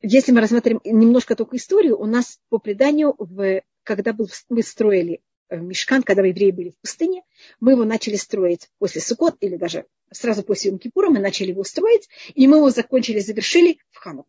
если мы рассмотрим немножко только историю, у нас по преданию, когда мы строили Мишкан, когда евреи были в пустыне, мы его начали строить после Суккот или даже сразу после Йом-Кипура, мы начали его строить, и мы его закончили, завершили в Хануку.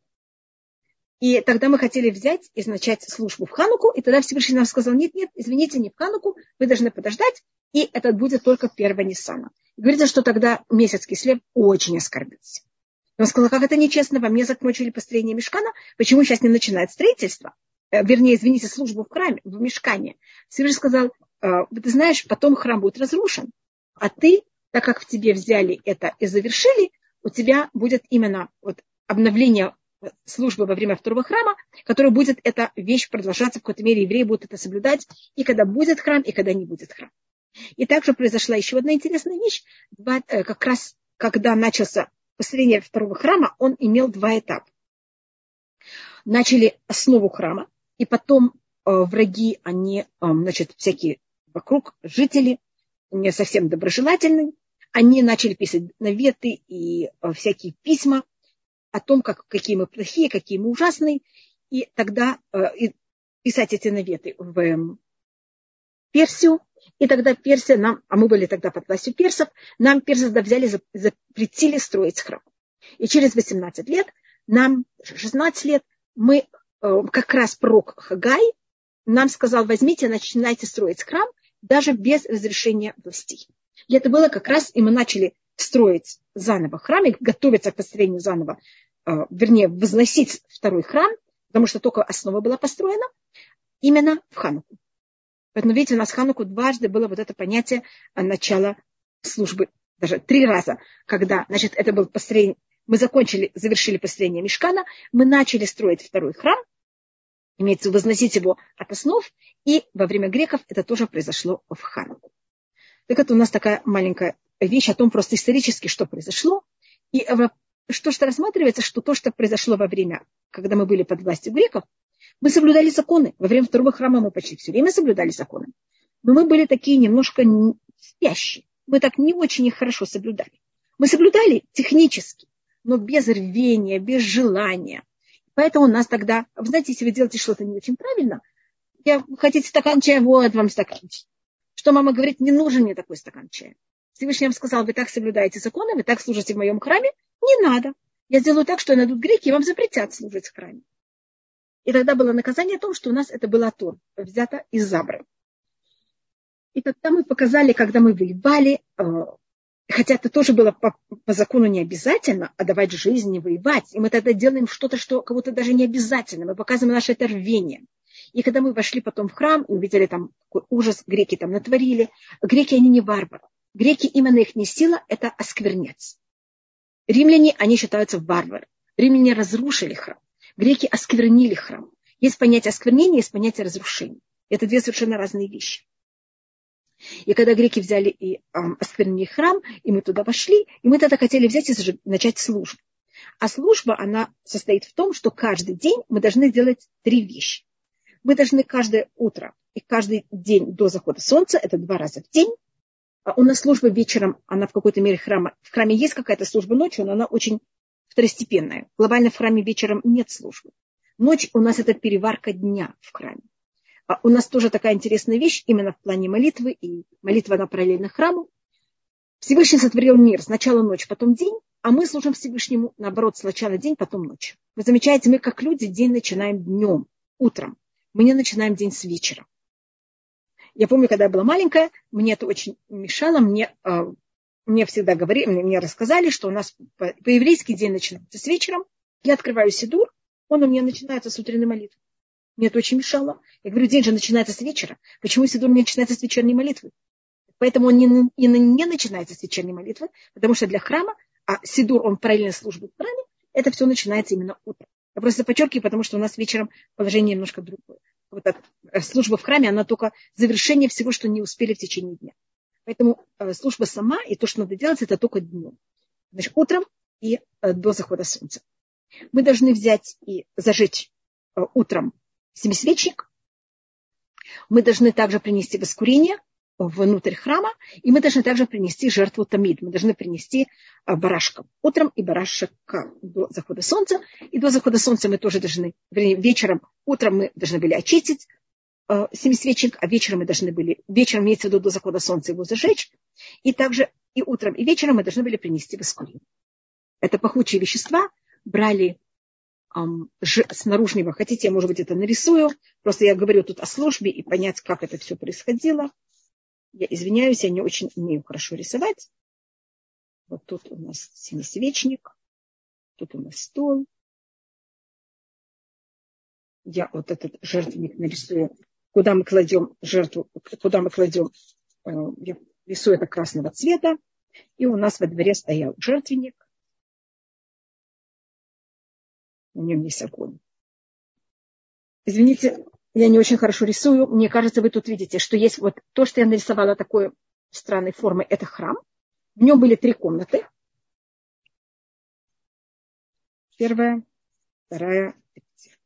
И тогда мы хотели взять и начать службу в Хануку, и тогда Всевышний нам сказал: нет, извините, не в Хануку, вы должны подождать, и это будет только 1 Ниссана. И говорится, что тогда месяц Кислев очень оскорбился. Он сказал: как это нечестно, во мне закончили построение Мишкана, почему сейчас не начинает строительство? Службу в храме, в Мишкане. Всевышний сказал: ты знаешь, потом храм будет разрушен, а ты, так как в тебе взяли это и завершили, у тебя будет именно обновление службы во время второго храма, которая будет эта вещь продолжаться, в какой-то мере евреи будут это соблюдать, и когда будет храм, и когда не будет храм. И также произошла еще одна интересная вещь. Как раз когда начался построение второго храма, он имел 2 этапа. Начали основу храма, и потом враги, они, всякие вокруг жители, не совсем доброжелательные, они начали писать наветы и всякие письма о том, какие мы плохие, какие мы ужасные, и тогда писать эти наветы в Персию, и тогда Персия нам, а мы были тогда под властью персов, нам персы взяли, запретили строить храм. И через 18 лет, 16 лет, мы, как раз пророк Хагай нам сказал: возьмите, начинайте строить храм, даже без разрешения властей. И это было как раз, и мы начали строить заново храм, и готовиться к построению заново, возносить второй храм, потому что только основа была построена, именно в Хануку. Поэтому, видите, у нас в Хануку дважды было это понятие начала службы, даже 3 раза, когда, это было построение, мы завершили построение Мишкана, мы начали строить второй храм, имеется в виду возносить его от основ, и во время греков это тоже произошло в Хануку. Так это у нас такая маленькая вещь о том просто исторически, что произошло. И что рассматривается, что то, что произошло во время, когда мы были под властью греков, мы соблюдали законы. Во время второго храма мы почти все время соблюдали законы. Но мы были такие немножко спящие. Мы так не очень их хорошо соблюдали. Мы соблюдали технически, но без рвения, без желания. Поэтому у нас тогда, вы знаете, если вы делаете что-то не очень правильно, хотите стакан чая, вот вам стакан чая. Что мама говорит: не нужен мне такой стакан чая. Всевышний вам сказал: вы так соблюдаете законы, вы так служите в моем храме, не надо. Я сделаю так, что найдут греки, и вам запретят служить в храме. И тогда было наказание о том, что у нас это было Тор, взято из Забры. И тогда мы показали, когда мы воевали, хотя это тоже было по закону не обязательно, отдавать жизнь, не воевать. И мы тогда делаем что-то, что кого-то даже не обязательно. Мы показываем наше это рвение. И когда мы вошли потом в храм, и увидели там какой ужас, греки там натворили. Греки, они не варвары. Греки, именно их не сила, это осквернять. Римляне, они считаются варвары. Римляне разрушили храм. Греки осквернили храм. Есть понятие осквернения, есть понятие разрушения. Это 2 совершенно разные вещи. И когда греки взяли и осквернили храм, и мы туда вошли, и мы тогда хотели взять и начать службу. А служба, она состоит в том, что каждый день мы должны делать 3 вещи. Мы должны каждое утро и каждый день до захода солнца, это 2 раза в день. У нас служба вечером, она в какой-то мере в храме есть какая-то служба ночью, но она очень второстепенная. Глобально в храме вечером нет службы. Ночь у нас это переварка дня в храме. У нас тоже такая интересная вещь именно в плане молитвы, и молитва она параллельна храму. Всевышний сотворил мир сначала ночь, потом день, а мы служим Всевышнему, наоборот, сначала день, потом ночь. Вы замечаете, мы как люди день начинаем днем, утром. Мы не начинаем день с вечера. Я помню, когда я была маленькая, мне это очень мешало. Мне всегда говорили, мне рассказали, что у нас по-еврейски день начинается с вечером. Я открываю сидур, он у меня начинается с утренней молитвы. Мне это очень мешало. Я говорю, день же начинается с вечера. Почему сидур не начинается с вечерней молитвы? Поэтому он не начинается с вечерней молитвы, потому что для храма, а сидур, он параллельно службе в храме, это все начинается именно утром. Я просто подчеркиваю, потому что у нас вечером положение немножко другое. Служба в храме, она только завершение всего, что не успели в течение дня. Поэтому служба сама и то, что надо делать, это только днем. Значит, утром и до захода солнца. Мы должны взять и зажечь утром семисвечник. Мы должны также принести воскурение. внутрь храма, и мы должны также принести жертву тамид. Мы должны принести барашка утром и барашка до захода солнца. И до захода солнца мы тоже должны, вечером, утром мы должны были очистить семисвечник, а вечером мы должны были, вечером имеется в виду до захода солнца его зажечь, и также и утром, и вечером мы должны были принести воскурение. Это пахучие вещества, брали с наружного, хотите, я, может быть, это нарисую, просто я говорю тут о службе и понять, как это все происходило. Я извиняюсь, я не очень умею хорошо рисовать. Вот тут у нас семисвечник, тут у нас стол. Я вот этот жертвенник нарисую, куда мы кладем жертву, куда мы кладем, я рисую это красного цвета. И у нас во дворе стоял жертвенник. У нем есть огонь. Извините, я не очень хорошо рисую. Мне кажется, вы тут видите, что есть вот то, что я нарисовала такой странной формы. Это храм. В нем были 3 комнаты. Первая, вторая, третья.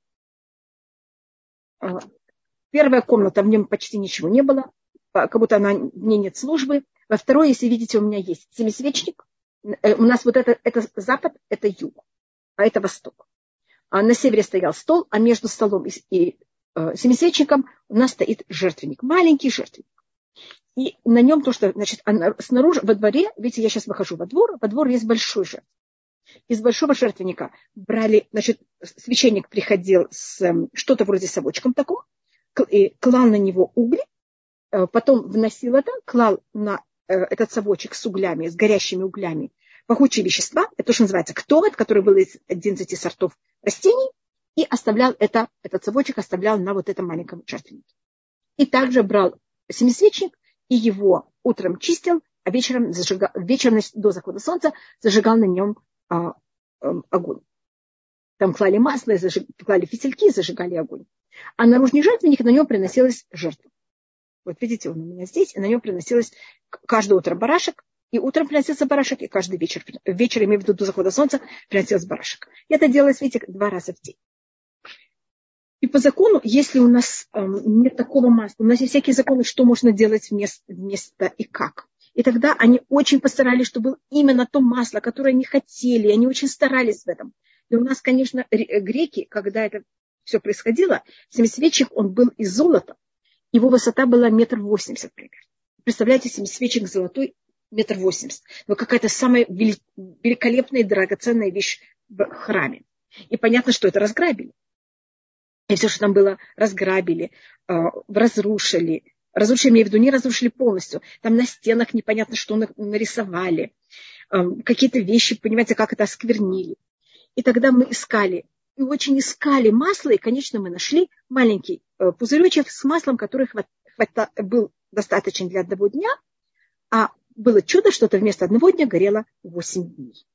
Первая комната, в нем почти ничего не было. Как будто в ней нет службы. Во второй, если видите, у меня есть семисвечник. У нас вот это запад, это юг, а это восток. А на севере стоял стол, а между столом и семисвечником у нас стоит жертвенник, маленький жертвенник. И на нем то, что, значит, снаружи, во дворе, видите, я сейчас выхожу во двор есть большой жертвенник. Из большого жертвенника брали, значит, священник приходил с что-то вроде совочком таком, и клал на него угли, потом вносил это, клал на этот совочек с углями, с горящими углями, пахучие вещества, это то, что называется ктовет, который был из 11 сортов растений, и оставлял этот совочек оставлял на вот этом маленьком жертвеннике. И также брал семисвечник и его утром чистил, а вечером до захода солнца зажигал на нем огонь. Там клали масло, клали фитильки, зажигали огонь. А наружный жертвенник, на нем приносилась жертва. Вот видите, он у меня здесь, и на нем приносилось каждое утро барашек, и утром приносился барашек, и каждый вечер, имею в виду до захода солнца, приносился барашек. И это делалось, видите, 2 раза в день. И по закону, если у нас нет такого масла, у нас есть всякие законы, что можно делать вместо и как. И тогда они очень постарались, чтобы было именно то масло, которое они хотели, они очень старались в этом. И у нас, конечно, греки, когда это все происходило, семисвечник, он был из золота, его высота была 1,80 метра примерно. Представляете, семисвечник золотой 1,80 метра. Но какая-то самая великолепная и драгоценная вещь в храме. И понятно, что это разграбили. И все, что там было, разграбили, разрушили. Разрушили, имею в виду, не разрушили полностью. Там на стенах непонятно, что нарисовали. Какие-то вещи, понимаете, как это осквернили. И тогда мы искали. И очень искали масло, и, конечно, мы нашли маленький пузыречек с маслом, который был достаточен для 1 дня, а было чудо, что-то вместо 1 дня горело 8 дней.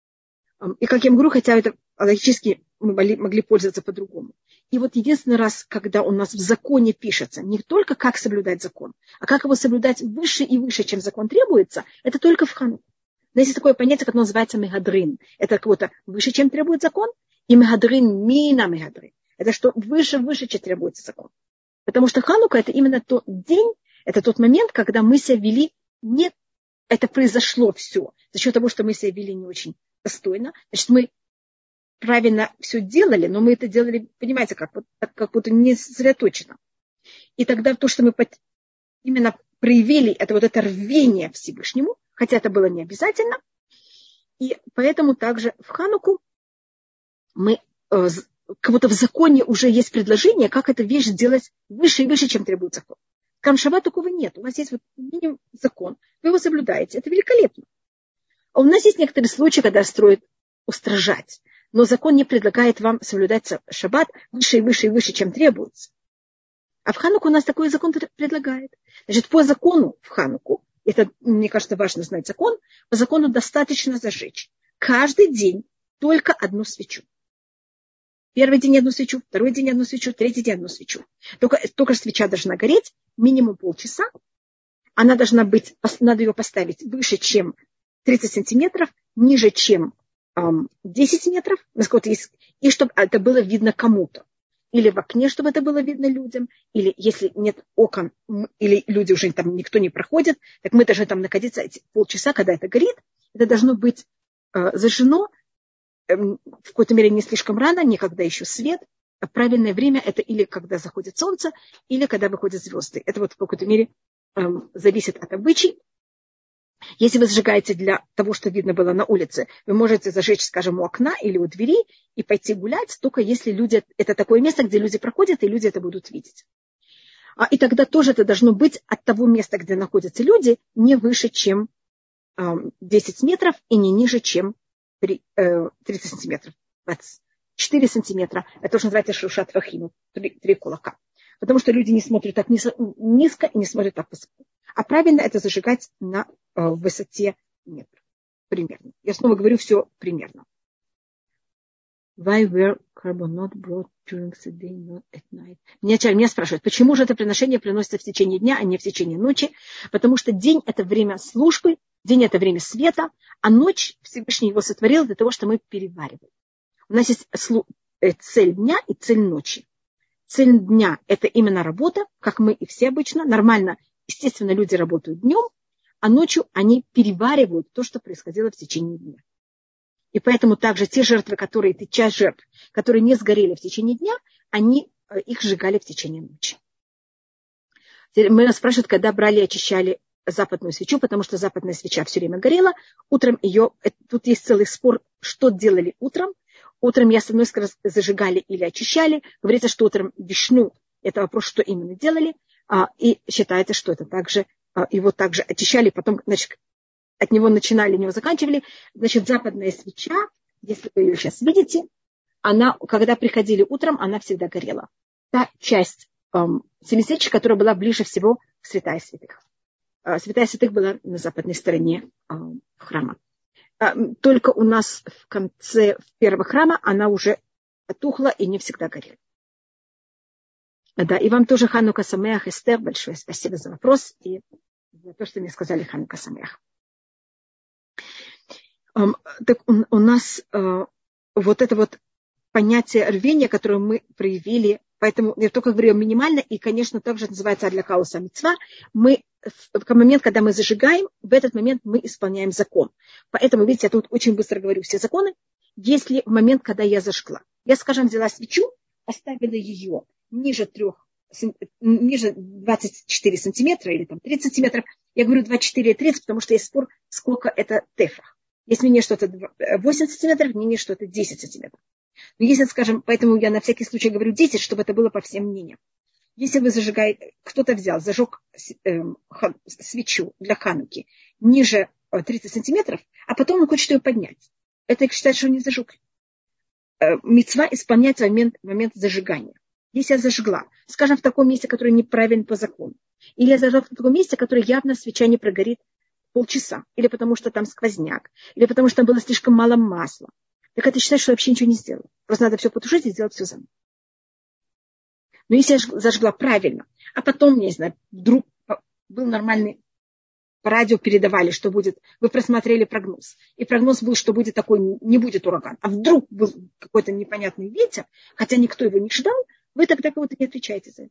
И, как я говорю, хотя это логически мы могли пользоваться по-другому. И вот единственный раз, когда у нас в законе пишется не только как соблюдать закон, а как его соблюдать выше и выше, чем закон требуется, это только в Хануку. Но есть такое понятие, которое называется мегадрин. Это как-то выше, чем требует закон, и мегадрин, мина мегадрин. Это что выше, чем требуется закон. Потому что Ханука – это именно тот день, это тот момент, когда мы себя вели не... Это произошло все за счет того, что мы себя вели не очень достойно. Значит, мы правильно все делали, но мы это делали, понимаете, как будто не сосредоточено. И тогда то, что мы именно проявили, это вот это рвение Всевышнему, хотя это было не обязательно. И поэтому также в Хануку мы, как будто в законе уже есть предложение, как эту вещь сделать выше и выше, чем требует закон. В Кам-Шаббат такого нет. У вас есть вот минимум закон, вы его соблюдаете. Это великолепно. А у нас есть некоторые случаи, когда строят устражать. Но закон не предлагает вам соблюдать шаббат выше и выше и выше, чем требуется. А в Хануку у нас такой закон предлагает. Значит, по закону в Хануку, это, мне кажется, важно знать закон, по закону достаточно зажечь каждый день только 1 свечу. Первый день 1 свечу, второй день 1 свечу, третий день 1 свечу. Только свеча должна гореть минимум полчаса. Она должна быть, надо ее поставить выше, чем 30 сантиметров, ниже, чем 10 метров, и чтобы это было видно кому-то. или в окне, чтобы это было видно людям, или если нет окон, или люди уже там никто не проходит, так мы должны там находиться эти полчаса, когда это горит. Это должно быть зажжено в какой-то мере не слишком рано, не когда еще свет. А правильное время это или когда заходит солнце, или когда выходят звезды. Это вот в какой-то мере зависит от обычаев. Если вы зажигаете для того, что видно было на улице, вы можете зажечь, скажем, у окна или у двери и пойти гулять, только если люди, это такое место, где люди проходят, и люди это будут видеть. И тогда тоже это должно быть от того места, где находятся люди, не выше, чем 10 метров и не ниже, чем 30 сантиметров. 4 сантиметра. Это тоже называется шушат вахину, 3 кулака. Потому что люди не смотрят так низко и не смотрят так высоко. А правильно это зажигать на высоте метра. Примерно. Я снова говорю все примерно. Why were carbon not brought during the day, not at night? Меня спрашивают, почему же это приношение приносится в течение дня, а не в течение ночи? Потому что день – это время службы, день – это время света, а ночь Всевышний его сотворил для того, чтобы мы переваривали. У нас есть цель дня и цель ночи. Цель дня – это именно работа, как мы и все обычно. Нормально, естественно, люди работают днем, а ночью они переваривают то, что происходило в течение дня. И поэтому также те жертвы, часть жертв, которые не сгорели в течение дня, их сжигали в течение ночи. Мы нас спрашивают, когда брали и очищали западную свечу, потому что западная свеча все время горела. Утром тут есть целый спор, что делали утром. Утром, с одной стороны, зажигали или очищали. Говорится, что утром вишну, это вопрос, что именно делали. И считается, что это также, его также очищали, потом, значит, от него начинали, от него заканчивали. Значит, западная свеча, если вы ее сейчас видите, когда приходили утром, она всегда горела. Та часть семисвечи, которая была ближе всего к святая святых. Святая святых была на западной стороне храма. Только у нас в конце первого храма она уже потухла и не всегда горела. Да, и вам тоже Ханука Самеах, Эстер, большое спасибо за вопрос и за то, что мне сказали Ханука Самеах. Так у нас вот это вот понятие рвения, которое мы проявили, поэтому я только говорю минимально, и, конечно, также называется для Хауса Мицва. В момент, когда мы зажигаем, в этот момент мы исполняем закон. Поэтому, видите, я тут очень быстро говорю все законы. Если в момент, когда я зажгла, я, скажем, взяла свечу, оставила ее ниже 24 сантиметра или там 30 сантиметров, я говорю 24 и 30, потому что есть спор, сколько это тефах. Если мне что-то 8 сантиметров, мне что-то 10 сантиметров. Но если, скажем, поэтому я на всякий случай говорю 10, чтобы это было по всем мнениям. Если вы зажигаете, кто-то зажег свечу для хануки ниже 30 сантиметров, а потом он хочет ее поднять. Это считает, что он не зажег. Мицва исполнять в момент зажигания. Если я зажгла, скажем, в таком месте, которое неправильно по закону, или я зажгла в таком месте, которое явно свеча не прогорит полчаса, или потому что там сквозняк, или потому что там было слишком мало масла, так это считает, что я вообще ничего не сделала. Просто надо все потушить и сделать все заново. Но если я зажгла правильно, а потом, не знаю, вдруг был нормальный, по радио передавали, что будет, вы просмотрели прогноз, и прогноз был, что будет такой, не будет ураган, а вдруг был какой-то непонятный ветер, хотя никто его не ждал, вы тогда кого-то не отвечаете за это.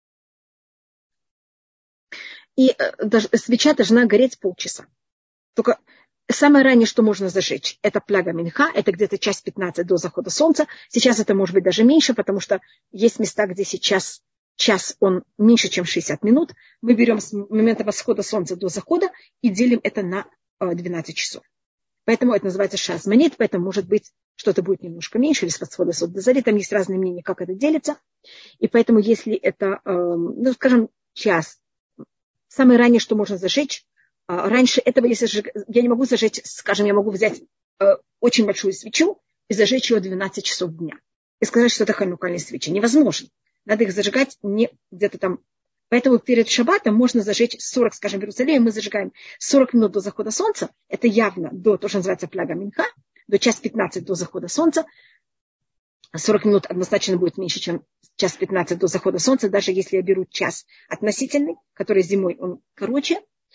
И свеча должна гореть полчаса. Только самое раннее, что можно зажечь, это пляга минха, это где-то час 15 до захода солнца. Сейчас это может быть даже меньше, потому что есть места, где сейчас час он меньше, чем 60 минут. Мы берем с момента восхода солнца до захода и делим это на 12 часов. Поэтому это называется шазманит, поэтому может быть что-то будет немножко меньше, или с восхода солнца до зари. Там есть разные мнения, как это делится. И поэтому если это, скажем, час, самое раннее, что можно зажечь, раньше этого, если я не могу зажечь, скажем, я могу взять очень большую свечу и зажечь ее 12 часов дня. И сказать, что это ханукальные свечи. Невозможно. Надо их зажигать не где-то там. Поэтому перед шаббатом можно зажечь 40, скажем, в Иерусалиме мы зажигаем 40 минут до захода солнца. Это явно до, то, что называется пляга минха, до час 15 до захода солнца. 40 минут однозначно будет меньше, чем час 15 до захода солнца, даже если я беру час относительный, который зимой он короче.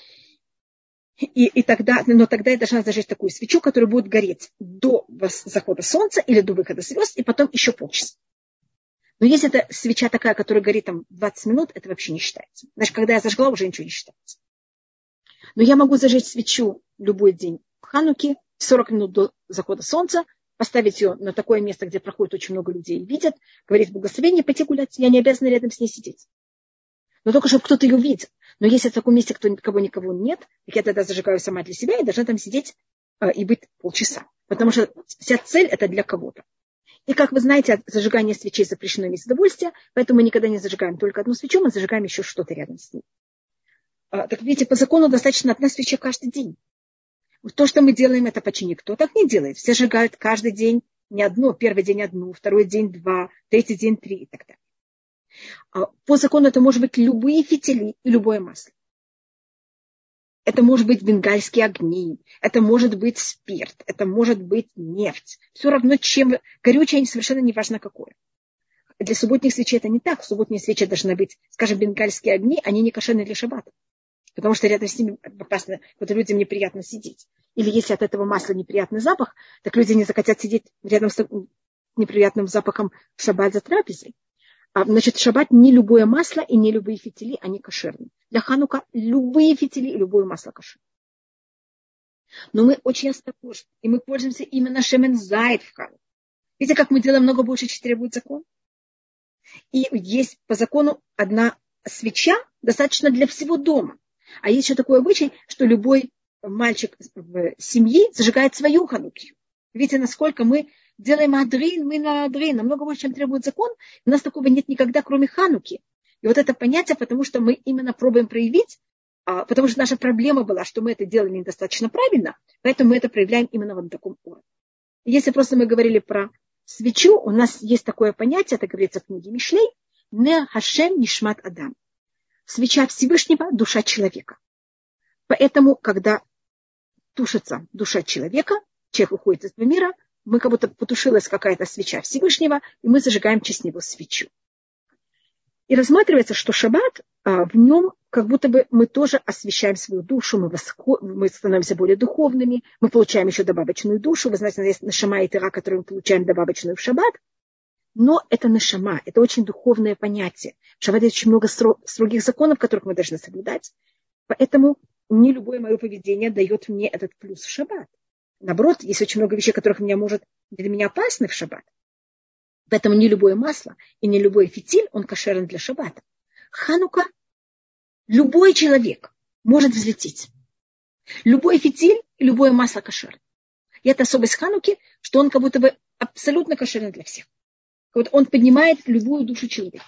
Но тогда я должна зажечь такую свечу, которая будет гореть до захода солнца или до выхода звезд, и потом еще полчаса. Но если это свеча такая, которая горит там 20 минут, это вообще не считается. Значит, когда я зажгла, уже ничего не считается. Но я могу зажечь свечу любой день в Хануке, 40 минут до захода солнца, поставить ее на такое место, где проходит очень много людей и видят, говорить благословение, пойти гулять. Я не обязана рядом с ней сидеть. Но только чтобы кто-то ее видел. Но если в таком месте никого нет, так я тогда зажигаю сама для себя и должна там сидеть и быть полчаса. Потому что вся цель это для кого-то. И, как вы знаете, зажигание свечей запрещено без удовольствия, поэтому мы никогда не зажигаем только одну свечу, мы зажигаем еще что-то рядом с ней. Так видите, по закону достаточно одна свеча каждый день. То, что мы делаем, это почти никто так не делает. Все сжигают каждый день не одну, первый день одну, второй день два, третий день три и так далее. По закону это может быть любые фитили и любое масло. Это может быть бенгальские огни, это может быть спирт, это может быть нефть. Все равно, чем горючее, совершенно не важно какое. Для субботних свечей это не так. Субботние свечи должны быть, скажем, бенгальские огни, они не кошерны для шаббата. Потому что рядом с ними опасно, вот людям неприятно сидеть. Или если от этого масла неприятный запах, так люди не захотят сидеть рядом с неприятным запахом в шаббат за трапезой. Значит, в шаббат не любое масло и не любые фитили, они кошерные. Для Ханука любые фитили и любое масло кошерное. Но мы очень осторожны, и мы пользуемся именно шемен зайд в Хануку. Видите, как мы делаем много больше, чем требует закон? И есть по закону одна свеча достаточно для всего дома. А есть еще такой обычай, что любой мальчик в семье зажигает свою ханукию. Видите, насколько мы делаем адрин, мы на адрин, намного больше, чем требует закон. У нас такого нет никогда, кроме хануки. И вот это понятие, потому что мы именно пробуем проявить, потому что наша проблема была, что мы это делали недостаточно правильно, поэтому мы это проявляем именно вот на таком уровне. Если просто мы говорили про свечу, у нас есть такое понятие, это говорится в книге Мишлей, не хашем нишмат адам. Свеча Всевышнего – душа человека. Поэтому, когда тушится душа человека, человек уходит из этого мира, мы как будто потушилась какая-то свеча Всевышнего, и мы зажигаем в честь него свечу. И рассматривается, что шаббат, в нем как будто бы мы тоже освещаем свою душу, мы становимся более духовными, мы получаем еще добавочную душу. Вы знаете, есть нашама и тира, которую мы получаем добавочную в шаббат. Но это нашама, это очень духовное понятие. В шаббате очень много строгих законов, которых мы должны соблюдать. Поэтому не любое мое поведение дает мне этот плюс в шаббат. Наоборот, есть очень много вещей, которых для меня опасны в шаббат. Поэтому не любое масло и не любой фитиль, он кошерен для шаббата. Ханука, любой человек может взлететь. Любой фитиль и любое масло кошерно. И это особость Хануки, что он как будто бы абсолютно кошерен для всех. Вот он поднимает любую душу человека.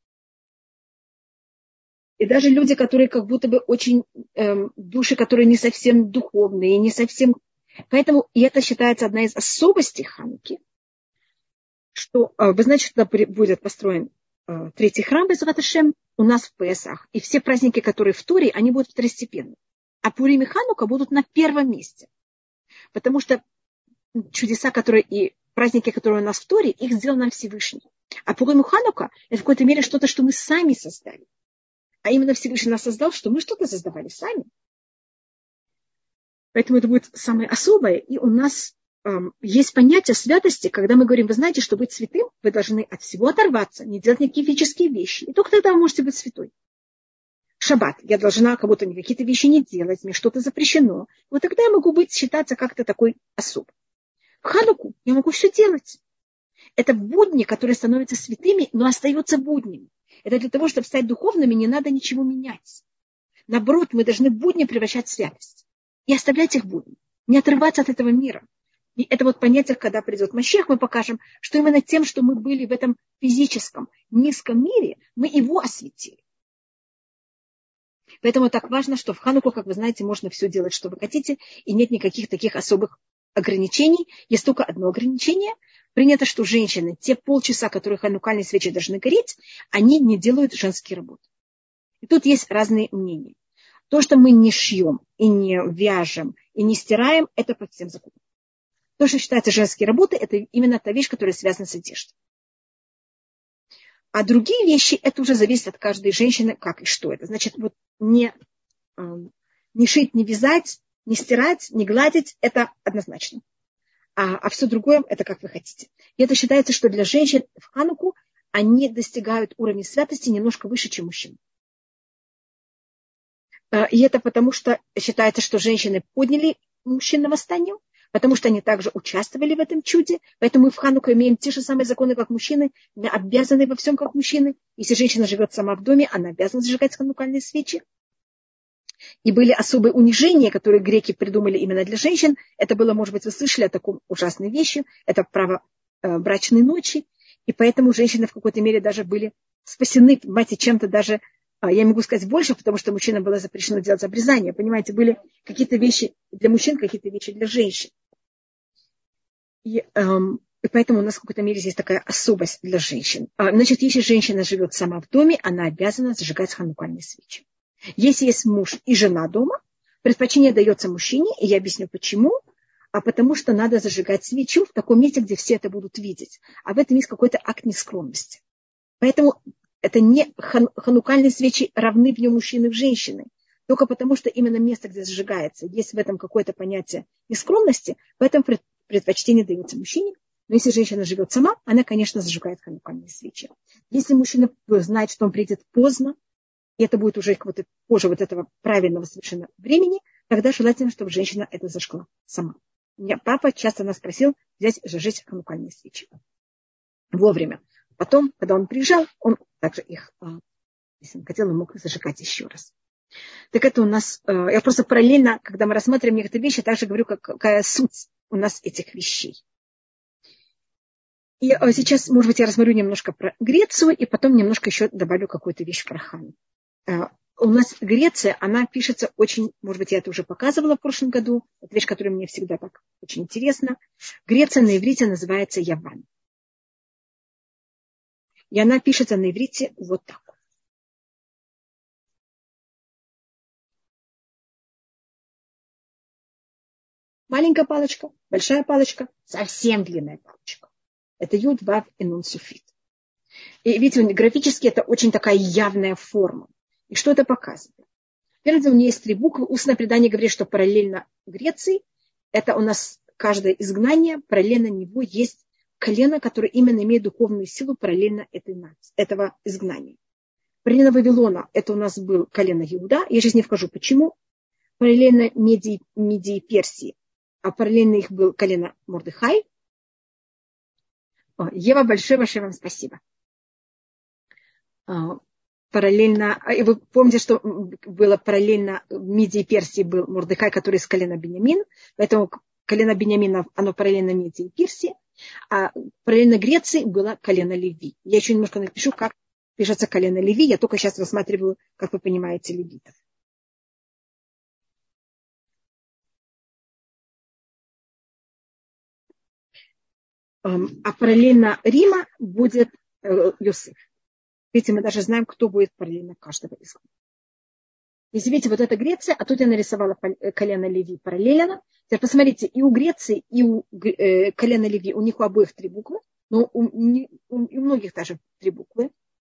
И даже люди, которые как будто бы очень души, которые не совсем духовные, не совсем... Поэтому и это считается одна из особостей Хануки, что вы знаете, что будет построен третий храм Безрат Ашем у нас в Песах. И все праздники, которые в Торе, они будут второстепенны. А Пурим и Ханука будут на первом месте. Потому что чудеса, которые и праздники, которые у нас в Торе, их сделал нам Всевышний. А Пурим и Ханука – это в какой-то мере что-то, что мы сами создали. А именно Всевышний нас создал, что мы что-то создавали сами. Поэтому это будет самое особое. И у нас есть понятие святости, когда мы говорим, вы знаете, что быть святым, вы должны от всего оторваться, не делать никакие физические вещи. И только тогда вы можете быть святой. Шаббат. Я должна как будто какие-то вещи не делать, мне что-то запрещено. Вот тогда я могу считаться как-то такой особ. В Хануку я могу все делать. Это будни, которые становятся святыми, но остаются буднями. Это для того, чтобы стать духовными, не надо ничего менять. Наоборот, мы должны будни превращать в святость. И оставлять их будни. Не отрываться от этого мира. И это вот понятие, когда придет Машиах, мы покажем, что именно тем, что мы были в этом физическом, низком мире, мы его осветили. Поэтому так важно, что в Хануку, как вы знаете, можно все делать, что вы хотите, и нет никаких таких особых ограничений. Есть только одно ограничение. Принято, что женщины, те полчаса, которые ханукальные свечи должны гореть, они не делают женские работы. И тут есть разные мнения. То, что мы не шьем, и не вяжем, и не стираем, это по всем законам. То, что считается женские работы, это именно та вещь, которая связана с одеждой. А другие вещи, это уже зависит от каждой женщины, как и что это. Значит, вот не шить, не вязать, не стирать, не гладить, это однозначно. А все другое, это как вы хотите. И это считается, что для женщин в Хануку они достигают уровня святости немножко выше, чем мужчины. И это потому, что считается, что женщины подняли мужчин на восстание, потому что они также участвовали в этом чуде. Поэтому мы в Хануку имеем те же самые законы, как мужчины. Мы обязаны во всем, как мужчины. Если женщина живет сама в доме, она обязана зажигать ханукальные свечи. И были особые унижения, которые греки придумали именно для женщин. Это было, может быть, вы слышали о такой ужасной вещи. Это право брачной ночи. И поэтому женщины в какой-то мере даже были спасены, понимаете, чем-то даже, я могу сказать больше, потому что мужчинам было запрещено делать обрезание. Понимаете, были какие-то вещи для мужчин, какие-то вещи для женщин. И поэтому у нас в какой-то мере здесь такая особость для женщин. Значит, если женщина живет сама в доме, она обязана зажигать ханукальные свечи. Если есть муж и жена дома, предпочтение дается мужчине, и я объясню почему. Потому что надо зажигать свечу в таком месте, где все это будут видеть. А в этом есть какой-то акт нескромности. Поэтому это не ханукальные свечи равны в нем мужчины и женщины. Только потому, что именно место, где зажигается, есть в этом какое-то понятие нескромности, поэтому предпочтение дается мужчине. Но если женщина живет сама, она, конечно, зажигает ханукальные свечи. Если мужчина знает, что он придет поздно, и это будет уже позже вот этого правильного совершенно времени, тогда желательно, чтобы женщина это зажгла сама. Меня папа часто нас просил взять, зажечь ханукальные свечи вовремя. Потом, когда он приезжал, он также их, если он хотел, он мог зажигать еще раз. Так это у нас, я просто параллельно, когда мы рассматриваем некоторые вещи, также говорю, какая суть у нас этих вещей. И сейчас, может быть, я рассмотрю немножко про Грецию, и потом немножко еще добавлю какую-то вещь про Хану. У нас Греция, она пишется очень, может быть, я это уже показывала в прошлом году, это вещь, которая мне всегда так очень интересна. Греция на иврите называется Яван. И она пишется на иврите вот так. Маленькая палочка, большая палочка, совсем длинная палочка. Это Юд, Вав и Нун Суфит. И видите, графически это очень такая явная форма. И что это показывает? Впереди у нее есть 3 буквы. Устное предание говорит, что параллельно Греции, это у нас каждое изгнание, параллельно него есть колено, которое именно имеет духовную силу параллельно этого изгнания. Параллельно Вавилона, это у нас был колено Иуда. Я сейчас не вхожу, почему. Параллельно Медии и Персии, а параллельно их был колено Мордехай. Ева, большое вам спасибо. Параллельно, и вы помните, что было параллельно Медии и Персии был Мордехай, который из колена Беньямин, поэтому колено Беньямина, оно параллельно Медии и Персии, а параллельно Греции было колено Леви. Я еще немножко напишу, как пишется колено Леви, я только сейчас рассматриваю, как вы понимаете, левитов. А параллельно Рима будет Йосеф. Видите, мы даже знаем, кто будет параллельно каждого из них. Если видите, вот это Греция, а тут я нарисовала колено Леви параллельно. Теперь посмотрите, и у Греции, и у колена Леви, у них у обоих 3 буквы, но у многих даже 3 буквы.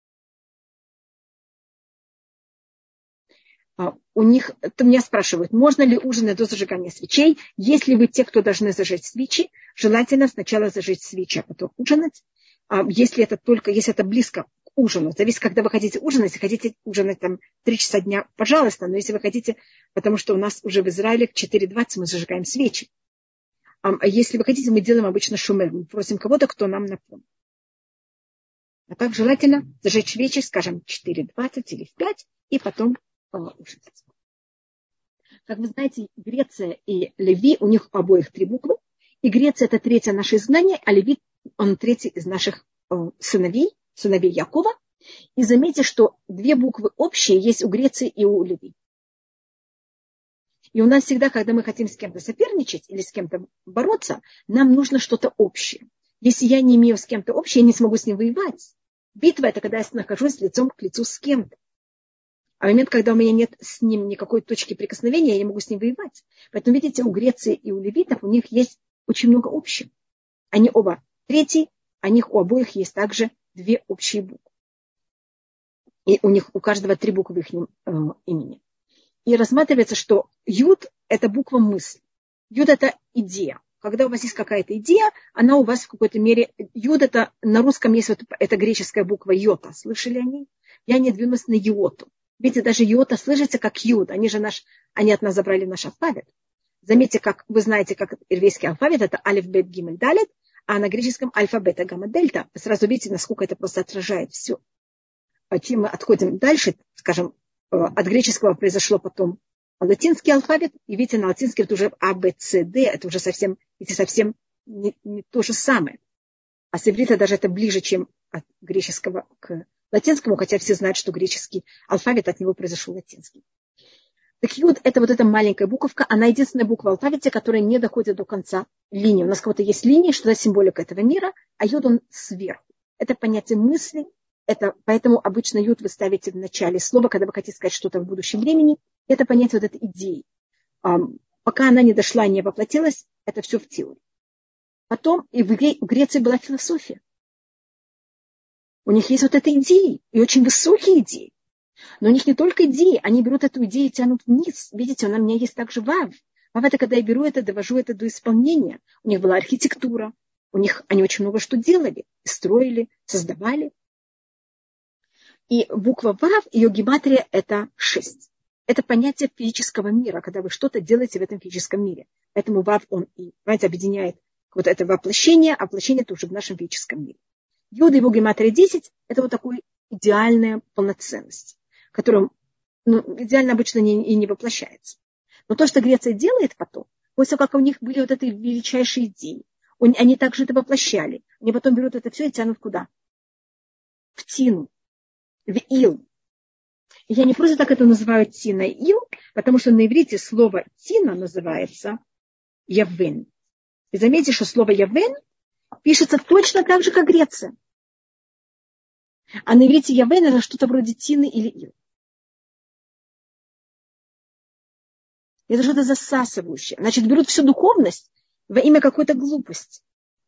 У них, то меня спрашивают, можно ли ужинать до зажигания свечей. Если вы те, кто должны зажечь свечи, желательно сначала зажечь свечи, а потом ужинать. Если это близко к ужину, зависит, когда вы хотите ужинать. Если хотите ужинать 3 часа дня, пожалуйста. Но если вы хотите, потому что у нас уже в Израиле к 4:20 мы зажигаем свечи. А если вы хотите, мы делаем обычно шумер. Мы просим кого-то, кто нам напомнит. А так желательно зажечь свечи, скажем, 4:20 или в 5, и потом ужинать. Как вы знаете, Греция и Леви, у них обоих 3 буквы. И Греция это 3-е наше изгнание, а Леви он 3-й из наших сыновей Якова. И заметьте, что 2 буквы общие есть у Греции и у Леви. И у нас всегда, когда мы хотим с кем-то соперничать или с кем-то бороться, нам нужно что-то общее. Если я не имею с кем-то общее, я не смогу с ним воевать. Битва – это когда я нахожусь лицом к лицу с кем-то. А в момент, когда у меня нет с ним никакой точки прикосновения, я не могу с ним воевать. Поэтому, видите, у Греции и у левитов у них есть очень много общего. Они оба 3-й, у них у обоих есть также 2 общие буквы. И у них у каждого 3 буквы в их имени. И рассматривается, что Юд – это буква мысли. Юд – это идея. Когда у вас есть какая-то идея, она у вас в какой-то мере... Йод это на русском есть вот эта греческая буква йота. Слышали о ней? Я не двинулась на йоту. Видите, даже йота слышится как юд. Они от нас забрали наш алфавит. Заметьте, как вы знаете, как еврейский алфавит, это алиф, бет, гимель, далет, а на греческом альфа, бета, гамма, дельта. Вы сразу видите, насколько это просто отражает все. А чем мы отходим дальше, скажем, от греческого произошло потом латинский алфавит, и видите, на латинский это уже А, Б, С, Д, это уже совсем не то же самое. А с иврита даже это ближе, чем от греческого к латинскому, хотя все знают, что греческий алфавит, от него произошел латинский. Так юд – это вот эта маленькая буковка, она единственная буква в алфавите, которая не доходит до конца линии. У нас кого-то есть линия, что это символика этого мира, а юд он сверху. Это понятие мысли, поэтому обычно юд вы ставите в начале слова, когда вы хотите сказать что-то в будущем времени. Это понятие вот этой идеи. Пока она не дошла и не воплотилась, это все в теории. Потом и в Греции была философия. У них есть вот эта идея, и очень высокие идеи. Но у них не только идеи, они берут эту идею и тянут вниз. Видите, у меня есть также вав. Вав – это когда я беру это, довожу это до исполнения. У них была архитектура, они очень много что делали, строили, создавали. И буква вав, ее гематрия – это 6. Это понятие физического мира, когда вы что-то делаете в этом физическом мире. Поэтому вав, он и, понимаете, объединяет вот это воплощение, а воплощение это уже в нашем физическом мире. Йод, его гематрия 10 – это вот такая идеальная полноценность, которая идеально обычно и не воплощается. Но то, что Греция делает потом, после того, как у них были вот эти величайшие идеи, они также это воплощали. Они потом берут это все и тянут куда? В тину, в ил. И я не просто так это называю тина и ил, потому что на иврите слово тина называется явен. И заметьте, что слово явен пишется точно так же, как Греция. А на иврите явен это что-то вроде тины или ил. Это что-то засасывающее. Значит, берут всю духовность во имя какой-то глупости.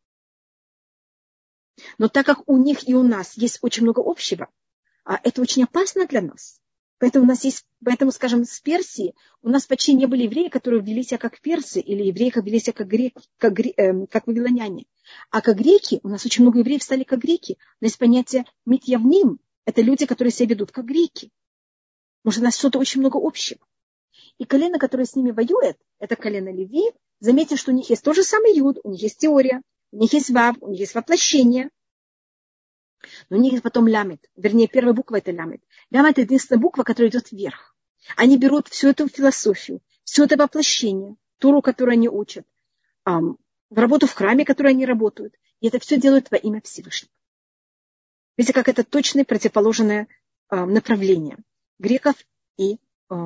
Но так как у них и у нас есть очень много общего, это очень опасно для нас. Поэтому, скажем, с Персии у нас почти не были евреи, которые вели себя как персы, или евреи, которые вели себя как вавилоняне. А как греки, у нас очень много евреев стали как греки. У нас есть понятие митьявним. Это люди, которые себя ведут как греки. Может, у нас что-то очень много общего. И колено, которое с ними воюет, это колено Леви. Заметьте, что у них есть тот же самый юд, у них есть теория, у них есть вав, у них есть воплощение. Но у них есть потом ламет. Вернее, первая буква это ламет. Ламет это единственная буква, которая идет вверх. Они берут всю эту философию, все это воплощение, Тору, которую они учат, в работу в храме, которую они работают. И это все делают во имя Всевышнего. Видите, как это точное противоположное направление греков и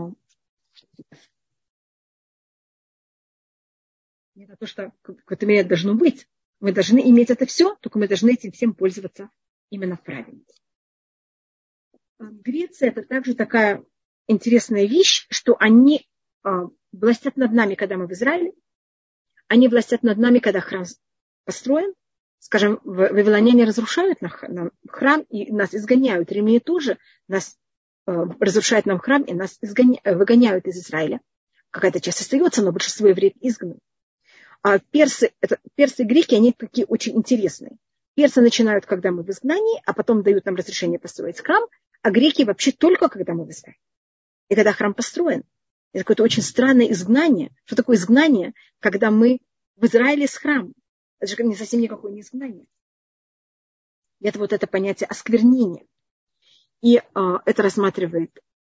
это то, что в какой-то мере должно быть. Мы должны иметь это все, только мы должны этим всем пользоваться именно правильно. Греция – это также такая интересная вещь, что они властят над нами, когда мы в Израиле, они властят над нами, когда храм построен. Скажем, вавилоняне разрушают нам храм и нас изгоняют. Римляне тоже нас разрушают нам храм и нас выгоняют из Израиля. Какая-то часть остается, но большинство евреев изгнаны. А персы и греки, они такие очень интересные. Персы начинают, когда мы в изгнании, а потом дают нам разрешение построить храм, а греки вообще только, когда мы в Израиле. И когда храм построен. Это какое-то очень странное изгнание. Что такое изгнание, когда мы в Израиле с храмом? Это же не совсем никакое не изгнание. И это вот это понятие осквернения. И это рассматривает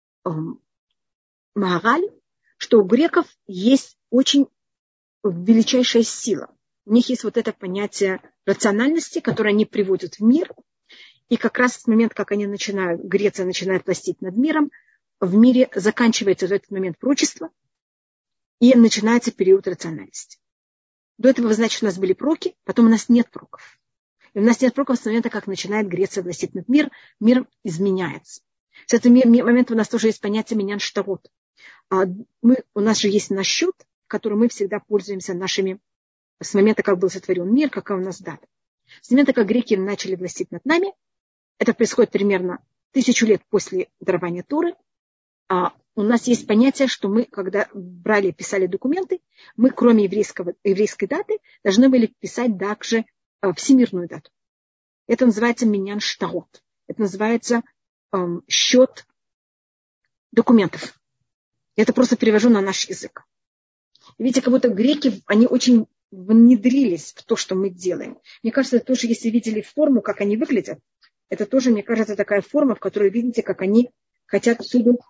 Магараль, что у греков есть очень величайшая сила. У них есть вот это понятие рациональности, которое они приводят в мир. И как раз в момент, как Греция начинает властить над миром, в мире заканчивается в этот момент пророчество, и начинается период рациональности. До этого, значит, у нас были пророки, потом у нас нет пророков. И у нас нет пророков с момента, как начинает Греция властить над миром, мир изменяется. С этого момента у нас тоже есть понятие минян штарот. У нас же есть наш счет, которым мы всегда пользуемся нашими, с момента, как был сотворен мир, какая у нас дата. С момента, как греки начали властить над нами, это происходит примерно 1000 лет после дарования Торы, у нас есть понятие, что мы, когда брали, писали документы, мы, кроме еврейской даты, должны были писать также всемирную дату. Это называется миньян штаот. Это называется счет документов. Я это просто перевожу на наш язык. Видите, как будто греки, они очень внедрились в то, что мы делаем. Мне кажется, тоже, если видели форму, как они выглядят, это тоже, мне кажется, такая форма, в которой видите, как они хотят всюду.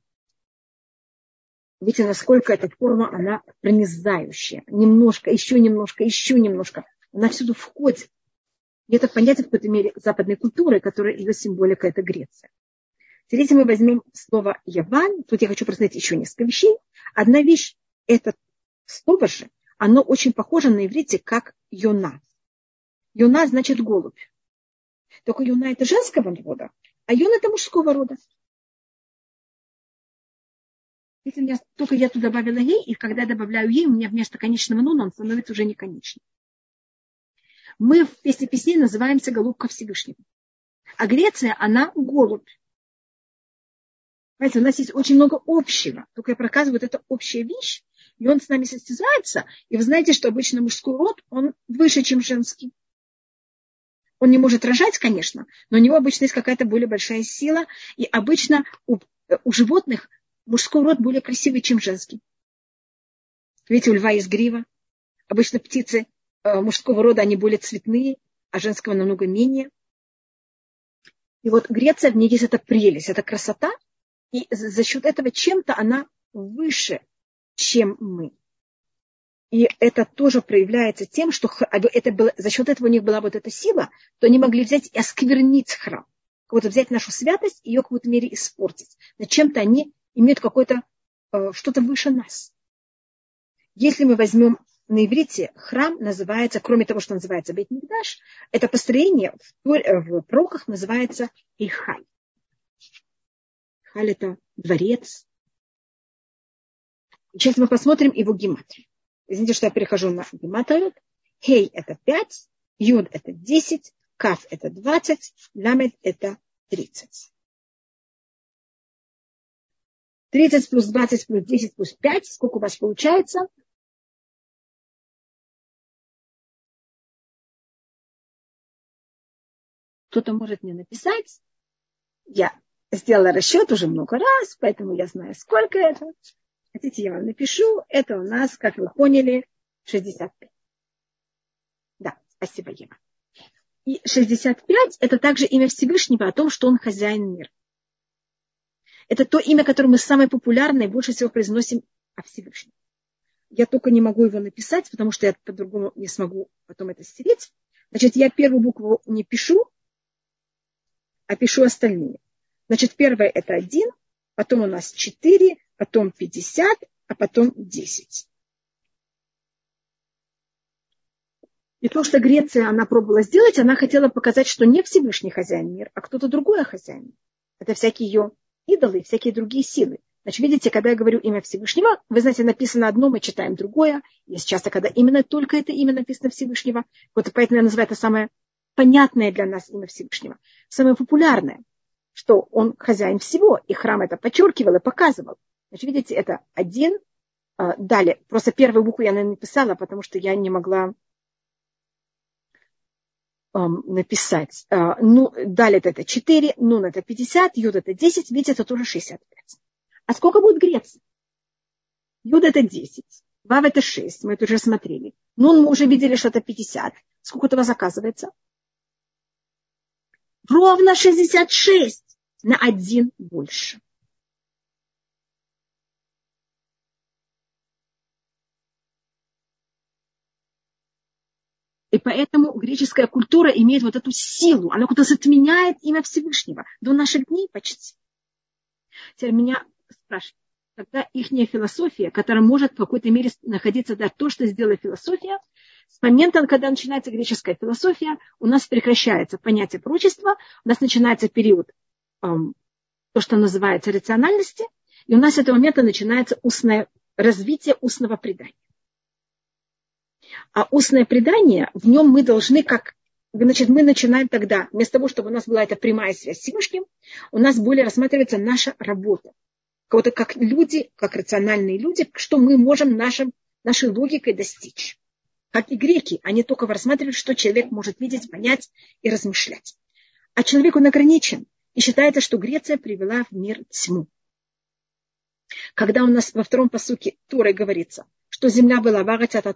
Видите, насколько эта форма, она пронизающая. Немножко, еще немножко, еще немножко. Она всюду входит. И это понятие в какой-то мере западной культуры, которая ее символика – это Греция. Теперь мы возьмем слово Яван. Тут я хочу просмотреть еще несколько вещей. Одна вещь – это слово же, оно очень похоже на иврите, как Йона. Йона значит голубь. Только Йона – это женского рода, а Йона – это мужского рода. Если только я тут добавила ей, и когда я добавляю ей, у меня вместо конечного нуна он становится уже не конечным. Мы в песне песней называемся голубка Всевышнего. А Греция, она голубь. Понимаете, у нас есть очень много общего. Только я проказываю, это общая вещь, и он с нами состязается. И вы знаете, что обычно мужской род, он выше, чем женский. Он не может рожать, конечно, но у него обычно есть какая-то более большая сила. И обычно у животных мужской род более красивый, чем женский. Видите, у льва есть грива. Обычно птицы мужского рода, они более цветные, а женского намного менее. И вот Греция, в ней есть эта прелесть, эта красота. И за счет этого чем-то она выше, чем мы. И это тоже проявляется тем, что это было, за счет этого у них была вот эта сила, то они могли взять и осквернить храм. Как будто взять нашу святость и ее в какой-то мере испортить. Но чем-то они имеют какое-то что-то выше нас. Если мы возьмем на иврите, храм называется, кроме того, что называется Бейт-Микдаш, это построение в пророках называется Ихаль. Ихаль – это дворец. Сейчас мы посмотрим его гематрию. Извините, что я перехожу на гематрию. Хей – это 5, Юд – это 10, Каф – это 20, Ламед – это 30. 30 плюс 20 плюс 10 плюс 5. Сколько у вас получается? Кто-то может мне написать. Я сделала расчет уже много раз, поэтому я знаю, сколько это. Хотите, я вам напишу. Это у нас, как вы поняли, 65. Да, спасибо, Ева. И 65 – это также имя Всевышнего о том, что он хозяин мира. Это то имя, которое мы самое популярное и больше всего произносим о Всевышнем. Я только не могу его написать, потому что я по-другому не смогу потом это стереть. Значит, я первую букву не пишу, а пишу остальные. Значит, первое – это 1, потом у нас 4, потом 50, а потом 10. И то, что Греция, она пробовала сделать, она хотела показать, что не Всевышний хозяин мира, а кто-то другой хозяин. Это всякие ее идолы, всякие другие силы. Значит, видите, когда я говорю имя Всевышнего, вы знаете, написано одно, мы читаем другое. Есть часто, когда именно только это имя написано Всевышнего. Вот поэтому я называю это самое понятное для нас имя Всевышнего. Самое популярное, что он хозяин всего. И храм это подчеркивал и показывал. Значит, видите, это 1. Далее, просто первую букву я написала, потому что я не могла написать. Далее это 4, Нун это 50, Юд это 10, видите, это тоже 65. А сколько будет Греции? Юд это 10, Вав это 6, мы это уже смотрели. Нун мы уже видели, что это 50. Сколько у вас оказывается? Ровно 66, на 1 больше. И поэтому греческая культура имеет вот эту силу. Она куда-то затменяет имя Всевышнего. До наших дней почти. Теперь меня спрашивают, когда их философия, которая может в какой-то мере находиться, да, то, что сделала философия, с момента, когда начинается греческая философия, у нас прекращается понятие пророчества, у нас начинается период, то, что называется рациональности, и у нас с этого момента начинается развитие устного предания. А устное предание, в нем мы должны значит, мы начинаем тогда, вместо того, чтобы у нас была эта прямая связь с Всевышним, у нас более рассматривается наша работа. Кого-то как люди, как рациональные люди, что мы можем нашей логикой достичь. Как и греки, они только рассматривают, что человек может видеть, понять и размышлять. А человек, он ограничен. И считается, что Греция привела в мир тьму. Когда у нас во втором пасуке Торы говорится, что земля была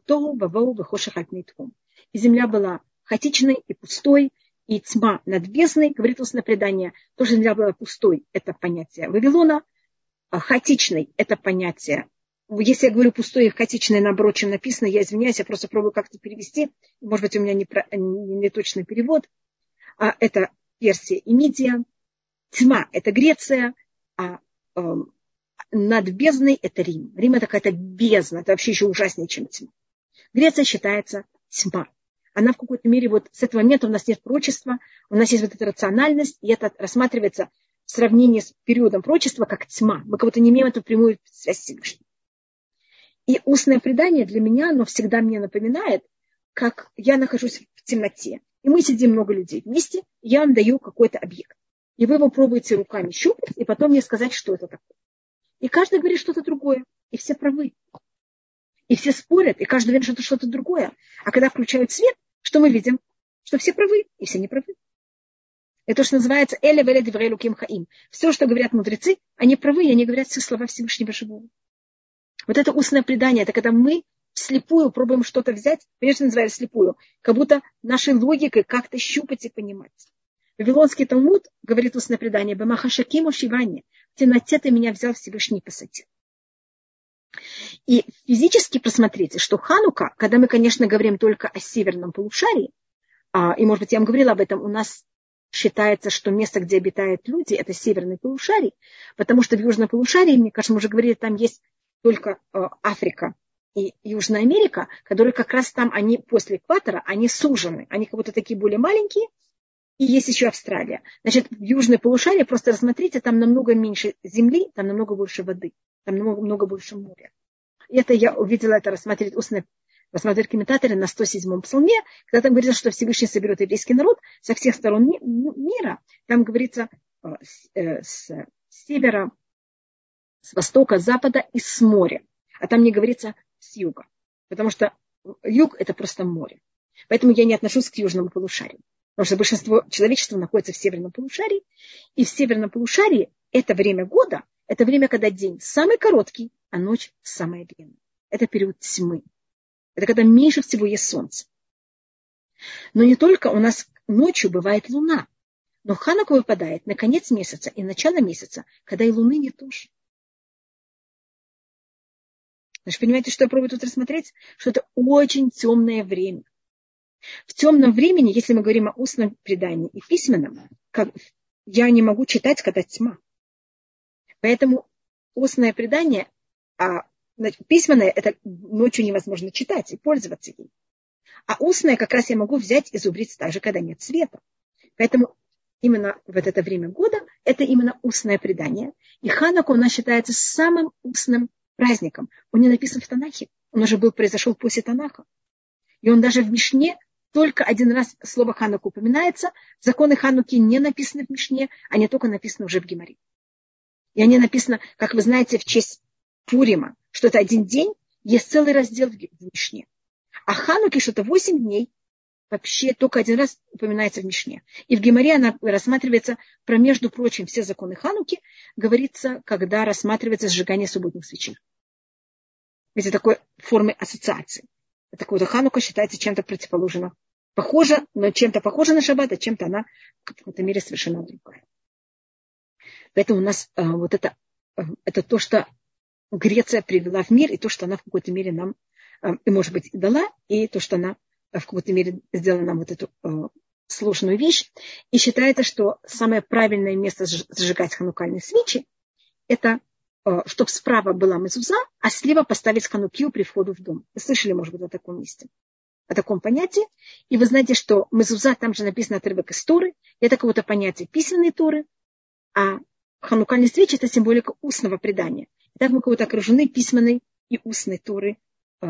и земля была хаотичной и пустой, и тьма над бездной, говорит устное предание, то, что земля была пустой, это понятие Вавилона, а хаотичной это понятие. Если я говорю пустое и хаотичное, наоборот, чем написано, я извиняюсь, я просто пробую как-то перевести. Может быть, у меня не точный перевод. Это Персия и Мидия. Тьма – это Греция, а над бездной – это Рим. Рим – это какая-то бездна, это вообще еще ужаснее, чем тьма. Греция считается тьма. Она в какой-то мере, вот с этого момента у нас нет пророчества, у нас есть вот эта рациональность, и это рассматривается в сравнении с периодом пророчества как тьма. Мы как будто не имеем эту прямую связь с Всевышним. И устное предание для меня, оно всегда мне напоминает, как я нахожусь в темноте. И мы сидим много людей вместе, и я вам даю какой-то объект. И вы его пробуете руками щупать, и потом мне сказать, что это такое. И каждый говорит что-то другое, и все правы. И все спорят, и каждый говорит, что это что-то другое. А когда включают свет, что мы видим? Что все правы, и все не правы. Это то, что называется «Эле веле диврей луким хаим». Все, что говорят мудрецы, они правы, и они говорят все слова Всевышнего живого. Вот это устное предание, это когда мы вслепую пробуем что-то взять, конечно, называют вслепую, как будто нашей логикой как-то щупать и понимать. Вавилонский Талмуд говорит устное предание «Бамахашакиму шивани». В темноте ты меня взял, Всевышний посадил. И физически посмотрите, что Ханука, когда мы, конечно, говорим только о северном полушарии, и, может быть, я вам говорила об этом, у нас считается, что место, где обитают люди, это северный полушарий, потому что в южном полушарии, мне кажется, мы уже говорили, там есть только Африка и Южная Америка, которые как раз там, они после экватора, они сужены, они как будто такие более маленькие, и есть еще Австралия. Значит, в южное полушарие, просто рассмотрите, там намного меньше земли, там намного больше воды, там намного больше моря. И это я увидела, это рассматривать комментаторы на 107-м псалме, когда там говорится, что Всевышний соберет еврейский народ со всех сторон мира. Там говорится с севера, с востока, с запада и с моря. А там не говорится с юга. Потому что юг – это просто море. Поэтому я не отношусь к южному полушарию. Потому что большинство человечества находится в северном полушарии. И в северном полушарии это время года, это время, когда день самый короткий, а ночь самая длинная. Это период тьмы. Это когда меньше всего есть солнце. Но не только у нас ночью бывает луна. Но Ханука выпадает на конец месяца и начало месяца, когда и луны нет тоже. Значит, понимаете, что я пробую тут рассмотреть? Что это очень темное время. В темном времени, если мы говорим о устном предании и письменном, я не могу читать, когда тьма. Поэтому устное предание, письменное, это ночью невозможно читать и пользоваться им. А устное как раз я могу взять и зубрить даже, когда нет света. Поэтому именно в это время года это именно устное предание. И Ханука у нас считается самым устным праздником. Он не написан в Танахе. Он уже произошел после Танаха. И он даже в Мишне только один раз слово Ханука упоминается. Законы Хануки не написаны в Мишне, они только написаны уже в Гемаре. И они написаны, как вы знаете, в честь Пурима, что это один день, есть целый раздел в Мишне. А Хануки что-то 8 дней вообще только один раз упоминается в Мишне. И в Гемаре она рассматривается, между прочим, все законы Хануки, говорится, когда рассматривается сжигание субботних свечей. Ведь это такой формы ассоциации. Такое Ханука считается чем-то противоположным. Похоже, но чем-то похоже на шаббат, а чем-то она в каком-то мере совершенно другая. Поэтому у нас вот это то, что Греция привела в мир, и то, что она в какой-то мере нам, и, может быть, и дала, и то, что она в какой-то мере сделала нам вот эту сложную вещь. И считается, что самое правильное место зажигать ханукальные свечи, это чтобы справа была мезуза, а слева поставить ханукию при входу в дом. Вы слышали, может быть, о таком месте, о таком понятии. И вы знаете, что мезуза, там же написано отрывок из Торы, это какое-то понятие письменной Торы, а ханукальные свечи – это символика устного предания. И так мы как-то окружены письменной и устной Торы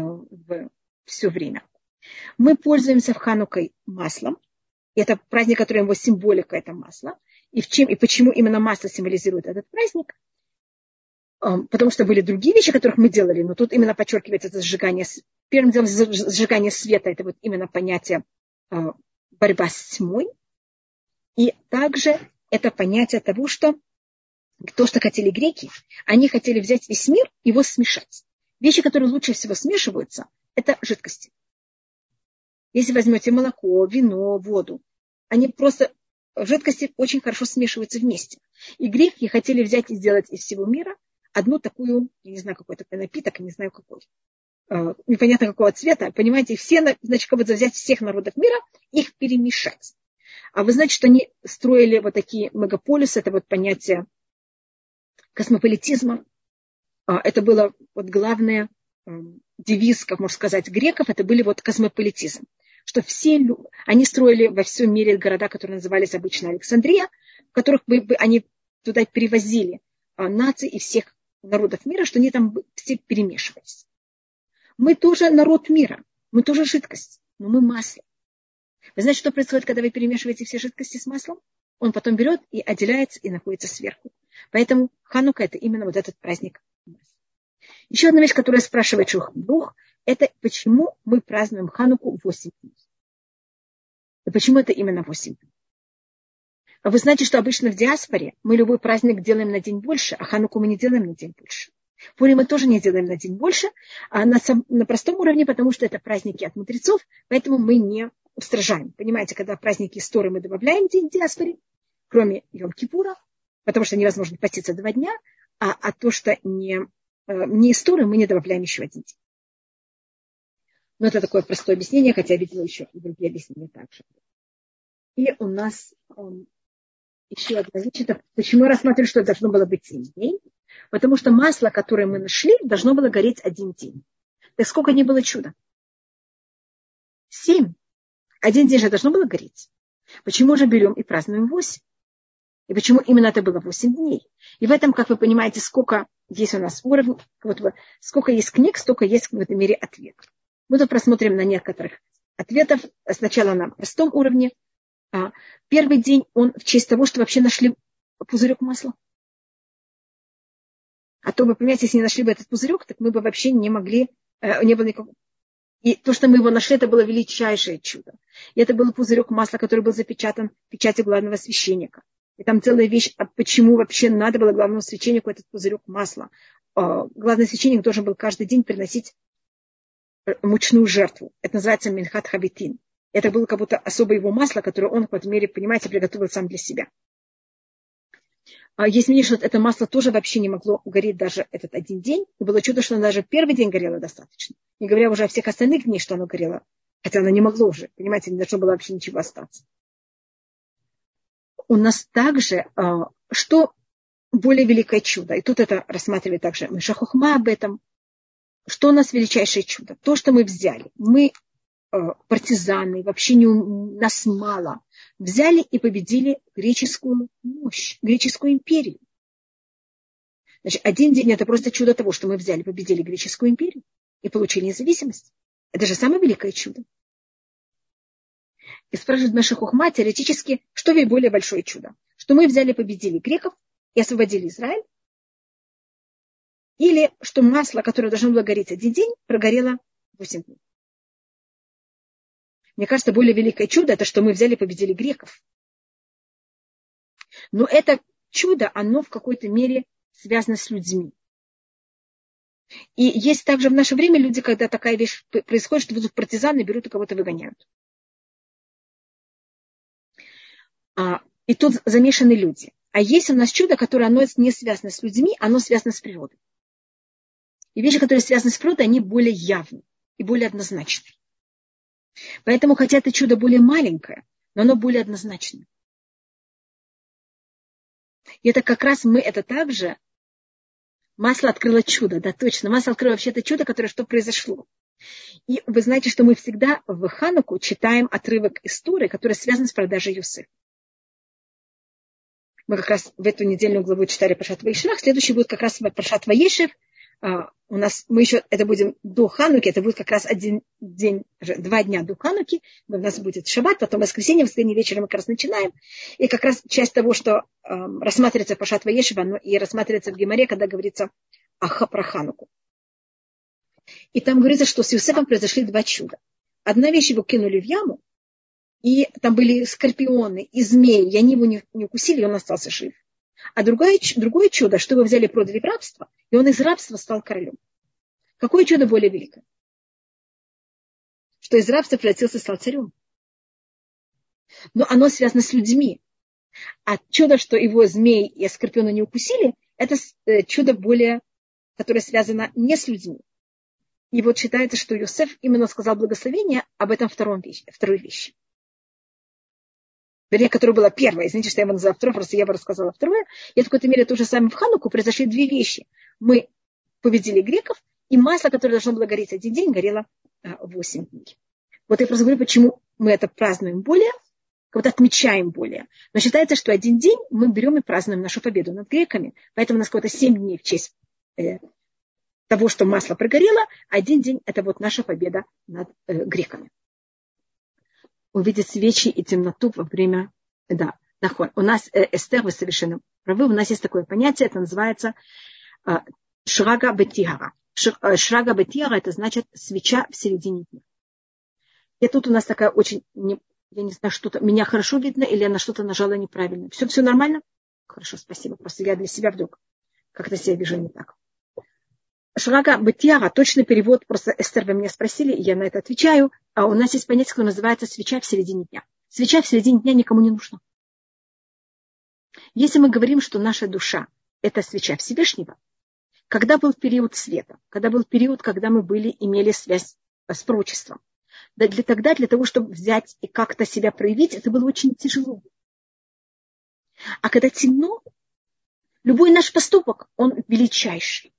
все время. Мы пользуемся в Ханукой маслом. Это праздник, который его символика – это масло. И почему именно масло символизирует этот праздник? потому что были другие вещи, которых мы делали, но тут именно подчеркивается это сжигание. Первым делом сжигание света, это вот именно понятие борьба с тьмой. И также это понятие того, что то, что хотели греки, они хотели взять весь мир и его смешать. Вещи, которые лучше всего смешиваются, это жидкости. Если возьмете молоко, вино, воду, они просто, жидкости очень хорошо смешиваются вместе. И греки хотели взять и сделать из всего мира одну такую, я не знаю, какой такой напиток, не знаю какой, непонятно какого цвета, понимаете, все, значит, как бы взять всех народов мира, их перемешать. А вы знаете, что они строили вот такие мегаполисы, это вот понятие космополитизма. Это было вот главное девиз, как можно сказать, греков, это были вот космополитизм. Что все, они строили во всем мире города, которые назывались обычно Александрия, в которых они туда перевозили нации и всех народов мира, что они там все перемешивались. Мы тоже народ мира, мы тоже жидкость, но мы масло. Вы знаете, что происходит, когда вы перемешиваете все жидкости с маслом? Он потом берет и отделяется и находится сверху. Поэтому Ханука – это именно вот этот праздник. Еще одна вещь, которую спрашивает Шулхан Арух, это почему мы празднуем Хануку 8 дней. И почему это именно 8 дней? Вы знаете, что обычно в диаспоре мы любой праздник делаем на день больше, а Хануку мы не делаем на день больше. Пурим мы тоже не делаем на день больше, а на простом уровне, потому что это праздники от мудрецов, поэтому мы не устражаем. Понимаете, когда праздники истории мы добавляем день в диаспоре, кроме Йом-Кипура, потому что невозможно поститься 2 дня, а то, что не истории, мы не добавляем еще один день. Но это такое простое объяснение, хотя я видела еще и другие объяснения также. И у нас еще одна вещь, это почему я рассматриваю, что должно было быть 7 дней, потому что масло, которое мы нашли, должно было гореть 1 день. Так сколько не было чуда? 7. 1 день же должно было гореть. Почему же берем и празднуем 8? И почему именно это было 8 дней? И в этом, как вы понимаете, сколько есть у нас уровней, вот, сколько есть книг, столько есть в этом мире ответов. Мы тут просмотрим на некоторых ответов. Сначала на простом уровне. Первый день он в честь того, что вообще нашли пузырек масла. А то, вы понимаете, если не нашли бы этот пузырек, так мы бы вообще не могли, не было никакого. И то, что мы его нашли, это было величайшее чудо. И это был пузырек масла, который был запечатан печатью главного священника. И там целая вещь, почему вообще надо было главному священнику этот пузырек масла. Главный священник должен был каждый день приносить мучную жертву. Это называется минхат хавитин. Это было как будто особое его масло, которое он, в какой-то мере, понимаете, приготовил сам для себя. Есть мнение, что это масло тоже вообще не могло гореть даже этот 1 день. И было чудо, что оно даже первый день горело достаточно. Не говоря уже о всех остальных днях, что оно горело. Хотя оно не могло уже. Понимаете, не должно было вообще ничего остаться. У нас также, что более великое чудо. И тут это рассматривает также Миша Хохма об этом. Что у нас величайшее чудо? То, что мы взяли. Мы партизаны, вообще нас мало. Взяли и победили греческую мощь, греческую империю. Значит, 1 день это просто чудо того, что мы взяли, победили греческую империю и получили независимость. Это же самое великое чудо. И спрашивает Миша Хохма, теоретически, что ведь более большое чудо? Что мы взяли, победили греков и освободили Израиль? Или что масло, которое должно было гореть 1 день, прогорело 8 дней? Мне кажется, более великое чудо, это что мы взяли и победили греков. Но это чудо, оно в какой-то мере связано с людьми. И есть также в наше время люди, когда такая вещь происходит, что вдруг партизаны берут и кого-то выгоняют. И тут замешаны люди. А есть у нас чудо, которое оно не связано с людьми, оно связано с природой. И вещи, которые связаны с природой, они более явны и более однозначны. Поэтому, хотя это чудо более маленькое, но оно более однозначное. И это как раз это также масло открыло чудо, да, точно. Масло открыло вообще это чудо, которое что произошло. И вы знаете, что мы всегда в Хануку читаем отрывок истории, который связан с продажей Йосефа. Мы как раз в эту недельную главу читали Паршат Ваишрах, следующий будет как раз Паршат Ваешев, у нас, мы еще, это будем до Хануки, это будет как раз 2 дня до Хануки, у нас будет шаббат, потом воскресенье вечером мы как раз начинаем, и как раз часть того, что рассматривается в Пашат Ваешева, но и рассматривается в Гемаре, когда говорится про Хануку. И там говорится, что с Иосифом произошли 2 чуда. Одна вещь, его кинули в яму, и там были скорпионы и змеи, и они его не укусили, и он остался жив. А другое чудо, что его взяли, продали в рабство, и он из рабства стал королем. Какое чудо более великое? Что из рабства превратился и стал царем. Но оно связано с людьми. А чудо, что его змеи и скорпионы не укусили, это чудо более, которое связано не с людьми. И вот считается, что Йосеф именно сказал благословение об этом второй вещи. Вернее, которая была первая. Извините, что я его назвала второй, просто я бы рассказала второе. И в какой-то мере то же самое в Хануку произошли 2 вещи. Мы победили греков, и масло, которое должно было гореть 1 день, горело 8 дней. Вот я просто говорю, почему мы это празднуем более, как будто отмечаем более. Но считается, что 1 день мы берем и празднуем нашу победу над греками. Поэтому у нас какое-то 7 дней в честь того, что масло прогорело, 1 день – это вот наша победа над греками. Увидеть свечи и темноту во время... Да, нахон. У нас, Эстер, вы совершенно правы, у нас есть такое понятие, это называется шрага бетиара. Шрага бетиара – это значит свеча в середине дня. И тут у нас такая очень... Я не знаю, что-то... Меня хорошо видно или я на что-то нажала неправильно? Все нормально? Хорошо, спасибо. Просто я для себя вдруг как-то себя вижу не так. Шрага бетиара, точный перевод, просто Эстер, вы меня спросили, и я на это отвечаю. А у нас есть понятие, которое называется свеча в середине дня. Свеча в середине дня никому не нужна. Если мы говорим, что наша душа – это свеча Всевышнего, когда был период света, когда был период, когда мы имели связь с пророчеством, тогда для того, чтобы взять и как-то себя проявить, это было очень тяжело. А когда темно, любой наш поступок, он величайший.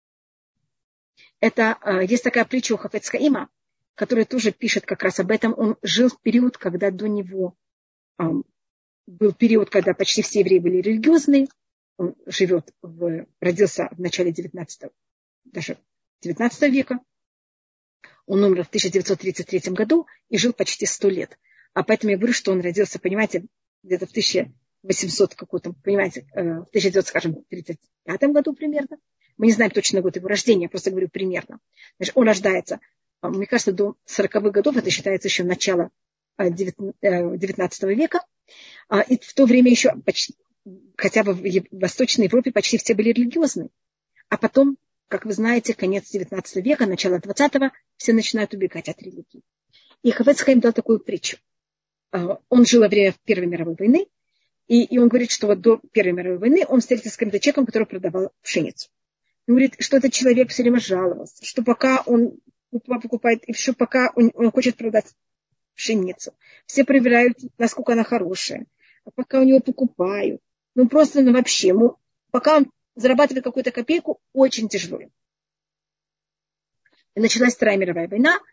Есть такая притча у Хафец Хаима, который тоже пишет как раз об этом. Он жил в период, когда до него был период, когда почти все евреи были религиозные. Он родился в начале 19 века. Он умер в 1933 году и жил почти 100 лет. А поэтому я говорю, что он родился, понимаете, где-то в 1800 каком-то, понимаете, в 1935 году примерно. Мы не знаем точно год его рождения, я просто говорю примерно. Значит, он рождается, мне кажется, до 40-х годов, это считается еще начало 19 века. И в то время еще почти, хотя бы в Восточной Европе почти все были религиозны. А потом, как вы знаете, конец 19 века, начало 20-го, все начинают убегать от религии. И Хафец Хаим дал такую притчу. Он жил во время Первой мировой войны, и он говорит, что вот до Первой мировой войны он встретился с каким-то человеком, который продавал пшеницу. Он говорит, что этот человек все время жаловался, что пока он покупает, и что пока он хочет продать пшеницу, все проверяют, насколько она хорошая, а пока у него покупают, вообще, пока он зарабатывает какую-то копейку, очень тяжело. И началась Первая мировая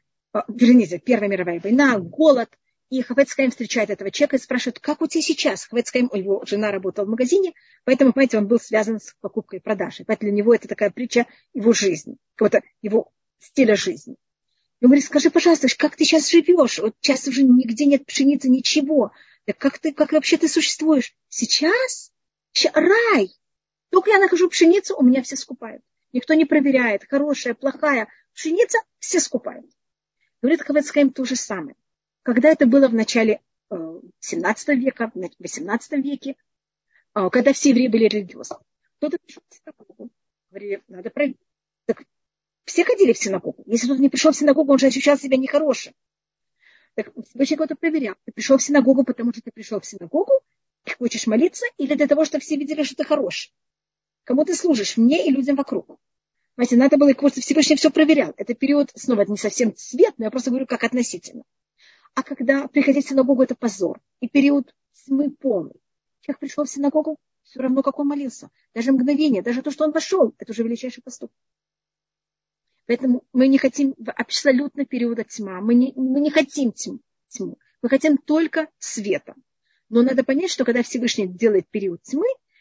война, голод, и Хафец Хаим встречает этого человека и спрашивает, как у тебя сейчас? Хафец Хаим, его жена работала в магазине, поэтому, понимаете, он был связан с покупкой и продажей. Поэтому для него это такая притча его жизни, какого-то его стиля жизни. И он говорит, скажи, пожалуйста, как ты сейчас живешь? Вот сейчас уже нигде нет пшеницы, ничего. Так как вообще ты существуешь? Сейчас? Рай! Только я нахожу пшеницу, у меня все скупают. Никто не проверяет, хорошая, плохая. Пшеница, все скупают. Говорит Хафец Хаим то же самое. Когда это было в начале 17 века, в 18 веке, когда все евреи были религиозны, кто-то пришел в синагогу, говорили, надо проверить. Так все ходили в синагогу. Если кто-то не пришел в синагогу, он же ощущал себя нехорошим. Так Всевышний кого-то проверял. Ты пришел в синагогу, потому что ты пришел в синагогу, ты хочешь молиться, или для того, чтобы все видели, что ты хороший. Кому ты служишь? Мне и людям вокруг. Знаете, надо было, просто Всевышний все проверял. Это период, снова, это не совсем цвет, но я просто говорю, как относительно. А когда приходить в синагогу, это позор. И период тьмы полный. Человек пришел в синагогу, все равно, как он молился. Даже мгновение, даже то, что он вошел, это уже величайший поступок. Поэтому мы не хотим абсолютно периода тьма. Мы не хотим тьму. Мы хотим только света. Но надо понять, что когда Всевышний делает период тьмы,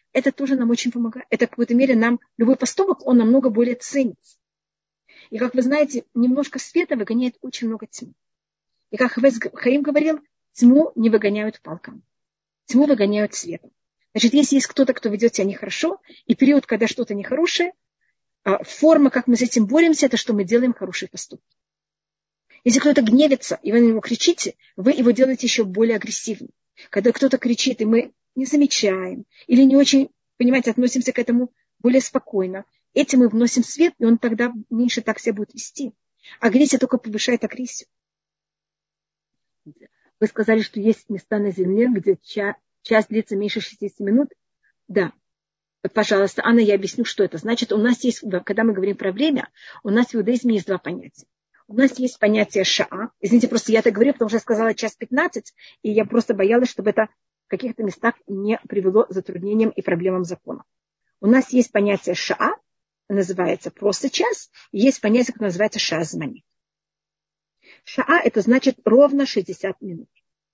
это тоже нам очень помогает. Это в какой-то мере нам, любой поступок, он намного более ценится. И, как вы знаете, немножко света выгоняет очень много тьмы. И как Хаим говорил, тьму не выгоняют палками. Тьму выгоняют светом. Значит, если есть кто-то, кто ведет себя нехорошо, и период, когда что-то нехорошее, форма, как мы с этим боремся, это что мы делаем хорошие поступки. Если кто-то гневится, и вы на него кричите, вы его делаете еще более агрессивным. Когда кто-то кричит, и мы не замечаем, или не очень, понимаете, относимся к этому более спокойно, этим мы вносим свет, и он тогда меньше так себя будет вести. Агрессия только повышает агрессию. Вы сказали, что есть места на земле, где час длится меньше 60 минут. Да. Пожалуйста, Анна, я объясню, что это. Значит, у нас есть, когда мы говорим про время, у нас в иудаизме есть два понятия. У нас есть понятие шаа. Извините, просто я так говорю, потому что я сказала час 15, и я просто боялась, чтобы это в каких-то местах не привело к затруднениям и проблемам закона. У нас есть понятие шаа, называется просто час, и есть понятие, которое называется шаа-змани. Шаа – это значит ровно 60 минут.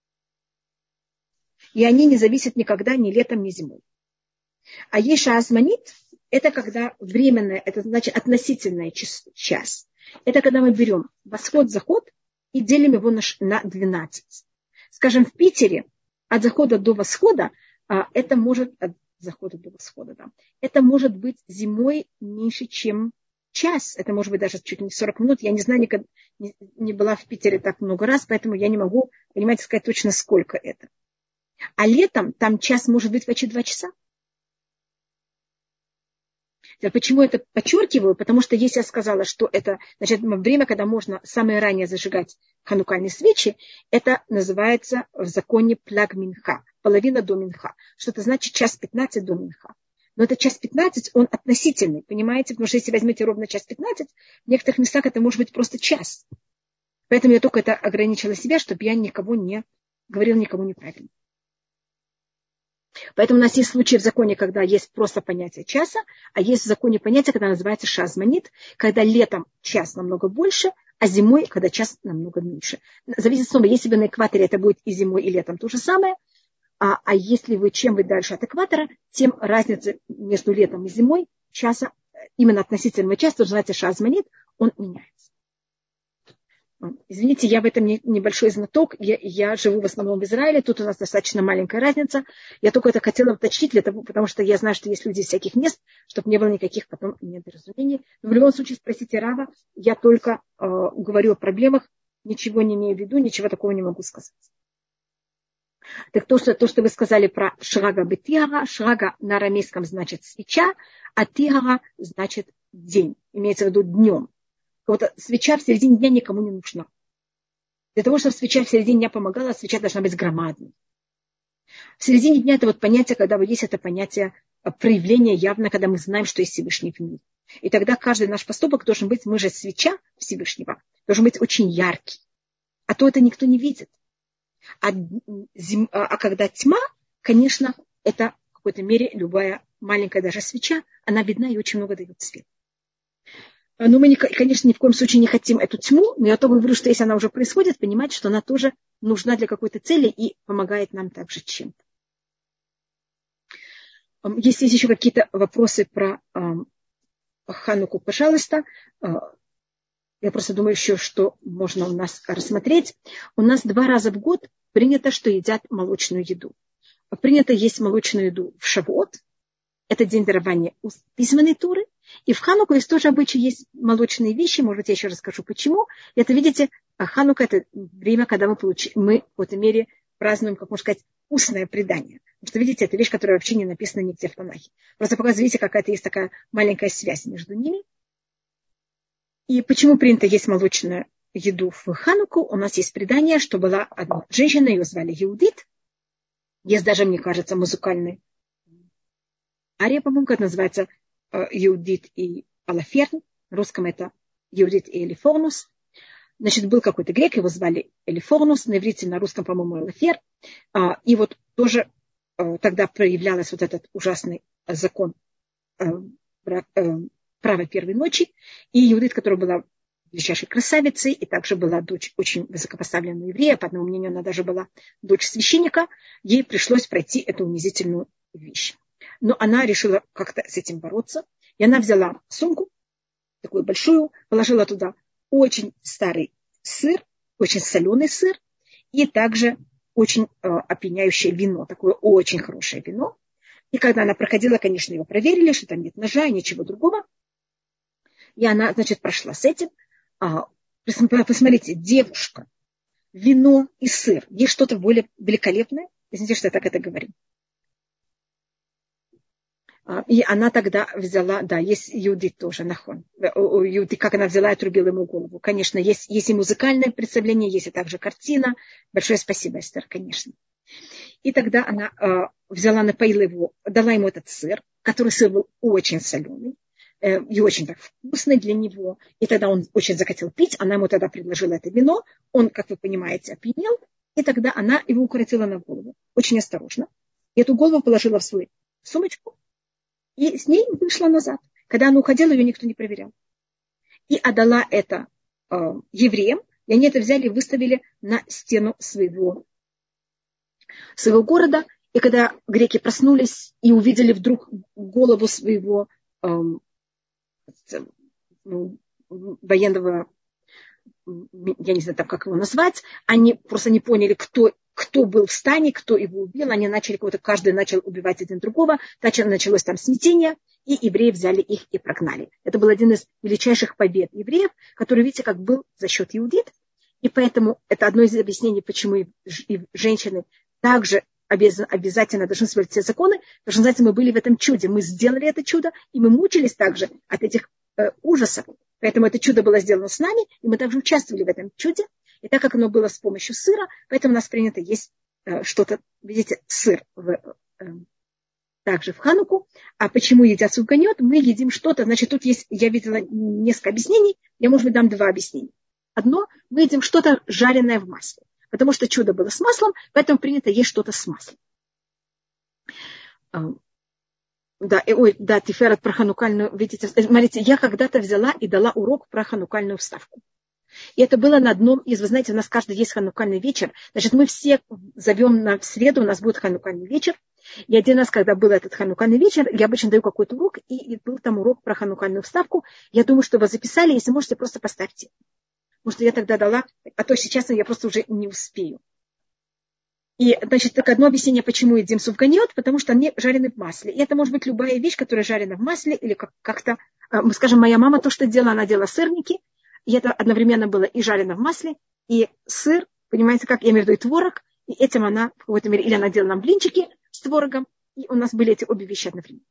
И они не зависят никогда ни летом, ни зимой. А есть шаа-зманит – это когда временное, это значит относительный час. Это когда мы берем восход-заход и делим его на 12. Скажем, в Питере от захода до восхода это может, от захода до восхода, да, это может быть зимой меньше, чем час. Это может быть даже чуть ли не 40 минут. Я не знаю, никогда не была в Питере так много раз, поэтому я не могу, понимаете, сказать точно, сколько это. А летом там час может быть почти 2 часа. Почему это подчеркиваю? Потому что если я сказала, что это, значит, время, когда можно самое раннее зажигать ханукальные свечи, это называется в законе плаг минха, половина до минха. Что это значит час 15 до минха. Но это час 15, он относительный, понимаете? Потому что если возьмете ровно час 15, в некоторых местах это может быть просто час. Поэтому я только это ограничила себя, чтобы я никого не говорила никому неправильно. Поэтому у нас есть случаи в законе, когда есть просто понятие часа, а есть в законе понятие, когда называется шаа-зманит, когда летом час намного больше, а зимой, когда час намного меньше. Зависит снова, если вы на экваторе, это будет и зимой, и летом то же самое. А если вы, чем вы дальше от экватора, тем разница между летом и зимой часа, именно относительного часа, тоже называется шаа-зманит, он меняется. Извините, я в этом небольшой знаток. Я живу в основном в Израиле. Тут у нас достаточно маленькая разница. Я только это хотела уточнить, потому что я знаю, что есть люди из всяких мест, чтобы не было никаких потом недоразумений. Но в любом случае спросите Рава. Я только говорю о проблемах, ничего не имею в виду, ничего такого не могу сказать. Так то, что вы сказали про шрага бетигара, шрага на арамейском значит свеча, а тигара значит день. Имеется в виду днем. Вот свеча в середине дня никому не нужна. Для того, чтобы свеча в середине дня помогала, свеча должна быть громадной. В середине дня это вот понятие, когда вот есть это понятие проявления явно, когда мы знаем, что есть Всевышний в мире. И тогда каждый наш поступок должен быть, мы же свеча Всевышнего, должен быть очень яркий. А то это никто не видит. А когда тьма, конечно, это в какой-то мере любая маленькая даже свеча, она видна и очень много дает света. Но мы, конечно, ни в коем случае не хотим эту тьму, но я только говорю, что если она уже происходит, понимать, что она тоже нужна для какой-то цели и помогает нам также чем-то. Если есть еще какие-то вопросы про Хануку, пожалуйста. Я просто думаю еще, что можно у нас рассмотреть. У нас 2 раза в год принято, что едят молочную еду. Принято есть молочную еду в Шавуот. Это день дарования письменной Торы. И в Хануку есть тоже обычай, есть молочные вещи. Может быть, я еще расскажу, почему. Это, видите, Ханука – это время, когда мы в какой-то мере празднуем, как можно сказать, устное предание. Потому что, видите, это вещь, которая вообще не написана нигде в Танахе. Просто показываете, какая-то есть такая маленькая связь между ними. И почему принято есть молочную еду в Хануку? У нас есть предание, что была одна женщина, ее звали Иудит. Есть даже, мне кажется, музыкальный ария, по-моему, как называется Иудит и Алаферн. На русском это Иудит и Элифорнус. Значит, был какой-то грек, его звали Элифорнус, на иврите, на русском, по-моему, Алафер. И вот тоже тогда проявлялся вот этот ужасный закон права первой ночи. И Иудит, которая была величайшей красавицей, и также была дочь очень высокопоставленного еврея, по одному мнению, она даже была дочь священника, ей пришлось пройти эту унизительную вещь. но она решила как-то с этим бороться. И она взяла сумку, такую большую, положила туда очень старый сыр, очень соленый сыр, и также очень опьяняющее вино, такое очень хорошее вино. И когда она проходила, конечно, его проверили, что там нет ножа и ничего другого. И она, значит, прошла с этим. Посмотрите, девушка, вино и сыр. Есть что-то более великолепное? Извините, что я так это говорю. И она тогда взяла, да, есть Юдит тоже, нахон. Юдит, как она взяла и отрубила ему голову. Конечно, есть и музыкальное представление, есть и также картина. Большое спасибо, Эстер, конечно. И тогда она взяла, напоила его, дала ему этот сыр, который сыр был очень соленый и очень так вкусный для него. И тогда он очень захотел пить, она ему тогда предложила это вино. Он, как вы понимаете, опьянел. И тогда она его укоротила на голову. Очень осторожно. И эту голову положила в свою сумочку. И с ней вышла назад. Когда она уходила, ее никто не проверял. И отдала это евреям. И они это взяли и выставили на стену своего города. И когда греки проснулись и увидели вдруг голову своего военного, я не знаю, там, как его назвать, они просто не поняли, кто был в стане, кто его убил. Они начали, каждый начал убивать один другого. Началось там смятение, и евреи взяли их и прогнали. Это был один из величайших побед евреев, который, видите, как был за счет иудит. И поэтому это одно из объяснений, почему и женщины также обязательно должны соблюдать все законы, потому что, знаете, мы были в этом чуде. Мы сделали это чудо, и мы мучились также от этих ужасов. Поэтому это чудо было сделано с нами, и мы также участвовали в этом чуде. И так как оно было с помощью сыра, поэтому у нас принято есть что-то, видите, сыр также в Хануку. А почему едят сулганет? Мы едим что-то. Значит, тут есть, я видела несколько объяснений. Я, может быть, дам два объяснения. Одно, мы едим что-то жареное в масле. Потому что чудо было с маслом, поэтому принято есть что-то с маслом. Да, Тиферет про ханукальную, видите, смотрите, я когда-то взяла и дала урок про ханукальную вставку. И это было на одном из, вы знаете, у нас каждый есть ханукальный вечер. Значит, мы все зовем на среду, у нас будет ханукальный вечер. И один раз, когда был этот ханукальный вечер, я обычно даю какой-то урок, и был там урок про ханукальную вставку. Я думаю, что вы записали, если можете, просто поставьте. Потому что я тогда дала, а то сейчас я просто уже не успею. И, значит, так одно объяснение, почему едим сулганет, потому что они жарены в масле. И это может быть любая вещь, которая жарена в масле, или как-то, мы скажем, моя мама то, что делала, она делала сырники, и это одновременно было и жарено в масле, и сыр, понимаете, как я имею в виду, и творог, и этим она в какой-то мере, или она делала нам блинчики с творогом, и у нас были эти обе вещи одновременно.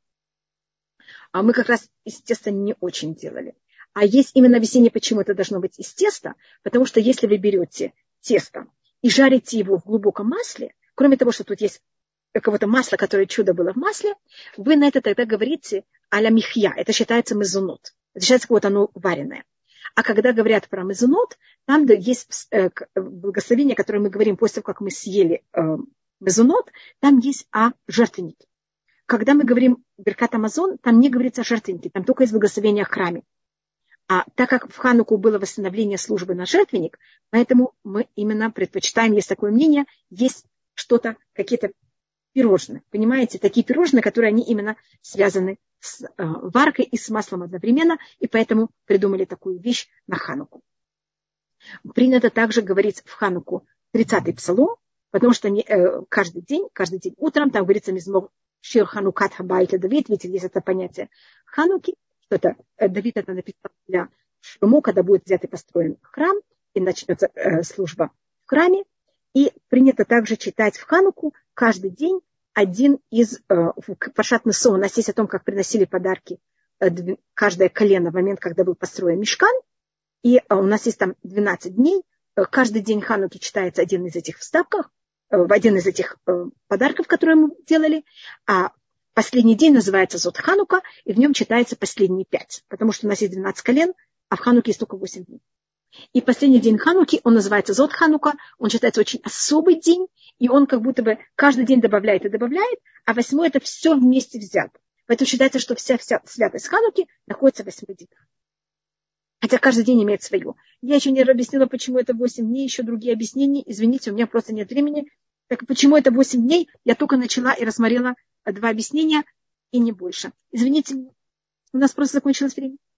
А мы как раз из теста не очень делали. А есть именно объяснение, почему это должно быть из теста, потому что если вы берете тесто и жарите его в глубоком масле, кроме того, что тут есть какое-то масло, которое чудо было в масле, вы на это тогда говорите а-ля михья. Это считается мезунот. Это считается какое-то оно вареное. А когда говорят про мезунот, там есть благословение, которое мы говорим после того, как мы съели мезунот, там есть о жертвеннике. Когда мы говорим Беркат Амазон, там не говорится о жертвеннике, там только есть благословение о храме. А так как в Хануку было восстановление службы на жертвенник, поэтому мы именно предпочитаем, есть такое мнение, есть что-то, какие-то пирожные. Понимаете, такие пирожные, которые они именно связаны с варкой и с маслом одновременно, и поэтому придумали такую вещь на Хануку. Принято также говорить в Хануку 30-й псалом, потому что каждый день утром, там говорится мизмор шир ханукат хабайта Давид, видите, есть это понятие Хануки, что это Давид это написал для Шломо, когда будет взят и построен храм, и начнется служба в храме. И принято также читать в Хануку каждый день один из Паршат Несо. У нас есть о том, как приносили подарки каждое колено в момент, когда был построен мишкан. И у нас есть там 12 дней. Каждый день Хануки читается один из этих вставков, один из этих подарков, которые мы делали. А последний день называется Зот Ханука, и в нем читается последние 5. Потому что у нас есть 12 колен, а в Хануке есть только 8 дней. И последний день Хануки, он называется Зот Ханука, он считается очень особый день, и он как будто бы каждый день добавляет и добавляет, а 8 это все вместе взято. Поэтому считается, что вся святость Хануки находится в 8 днях. Хотя каждый день имеет свое. Я еще не объяснила, почему это 8 дней, еще другие объяснения. Извините, у меня просто нет времени. Так почему это 8 дней? Я только начала и рассмотрела 2 объяснения. и не больше. Извините меня, у нас просто закончилось время.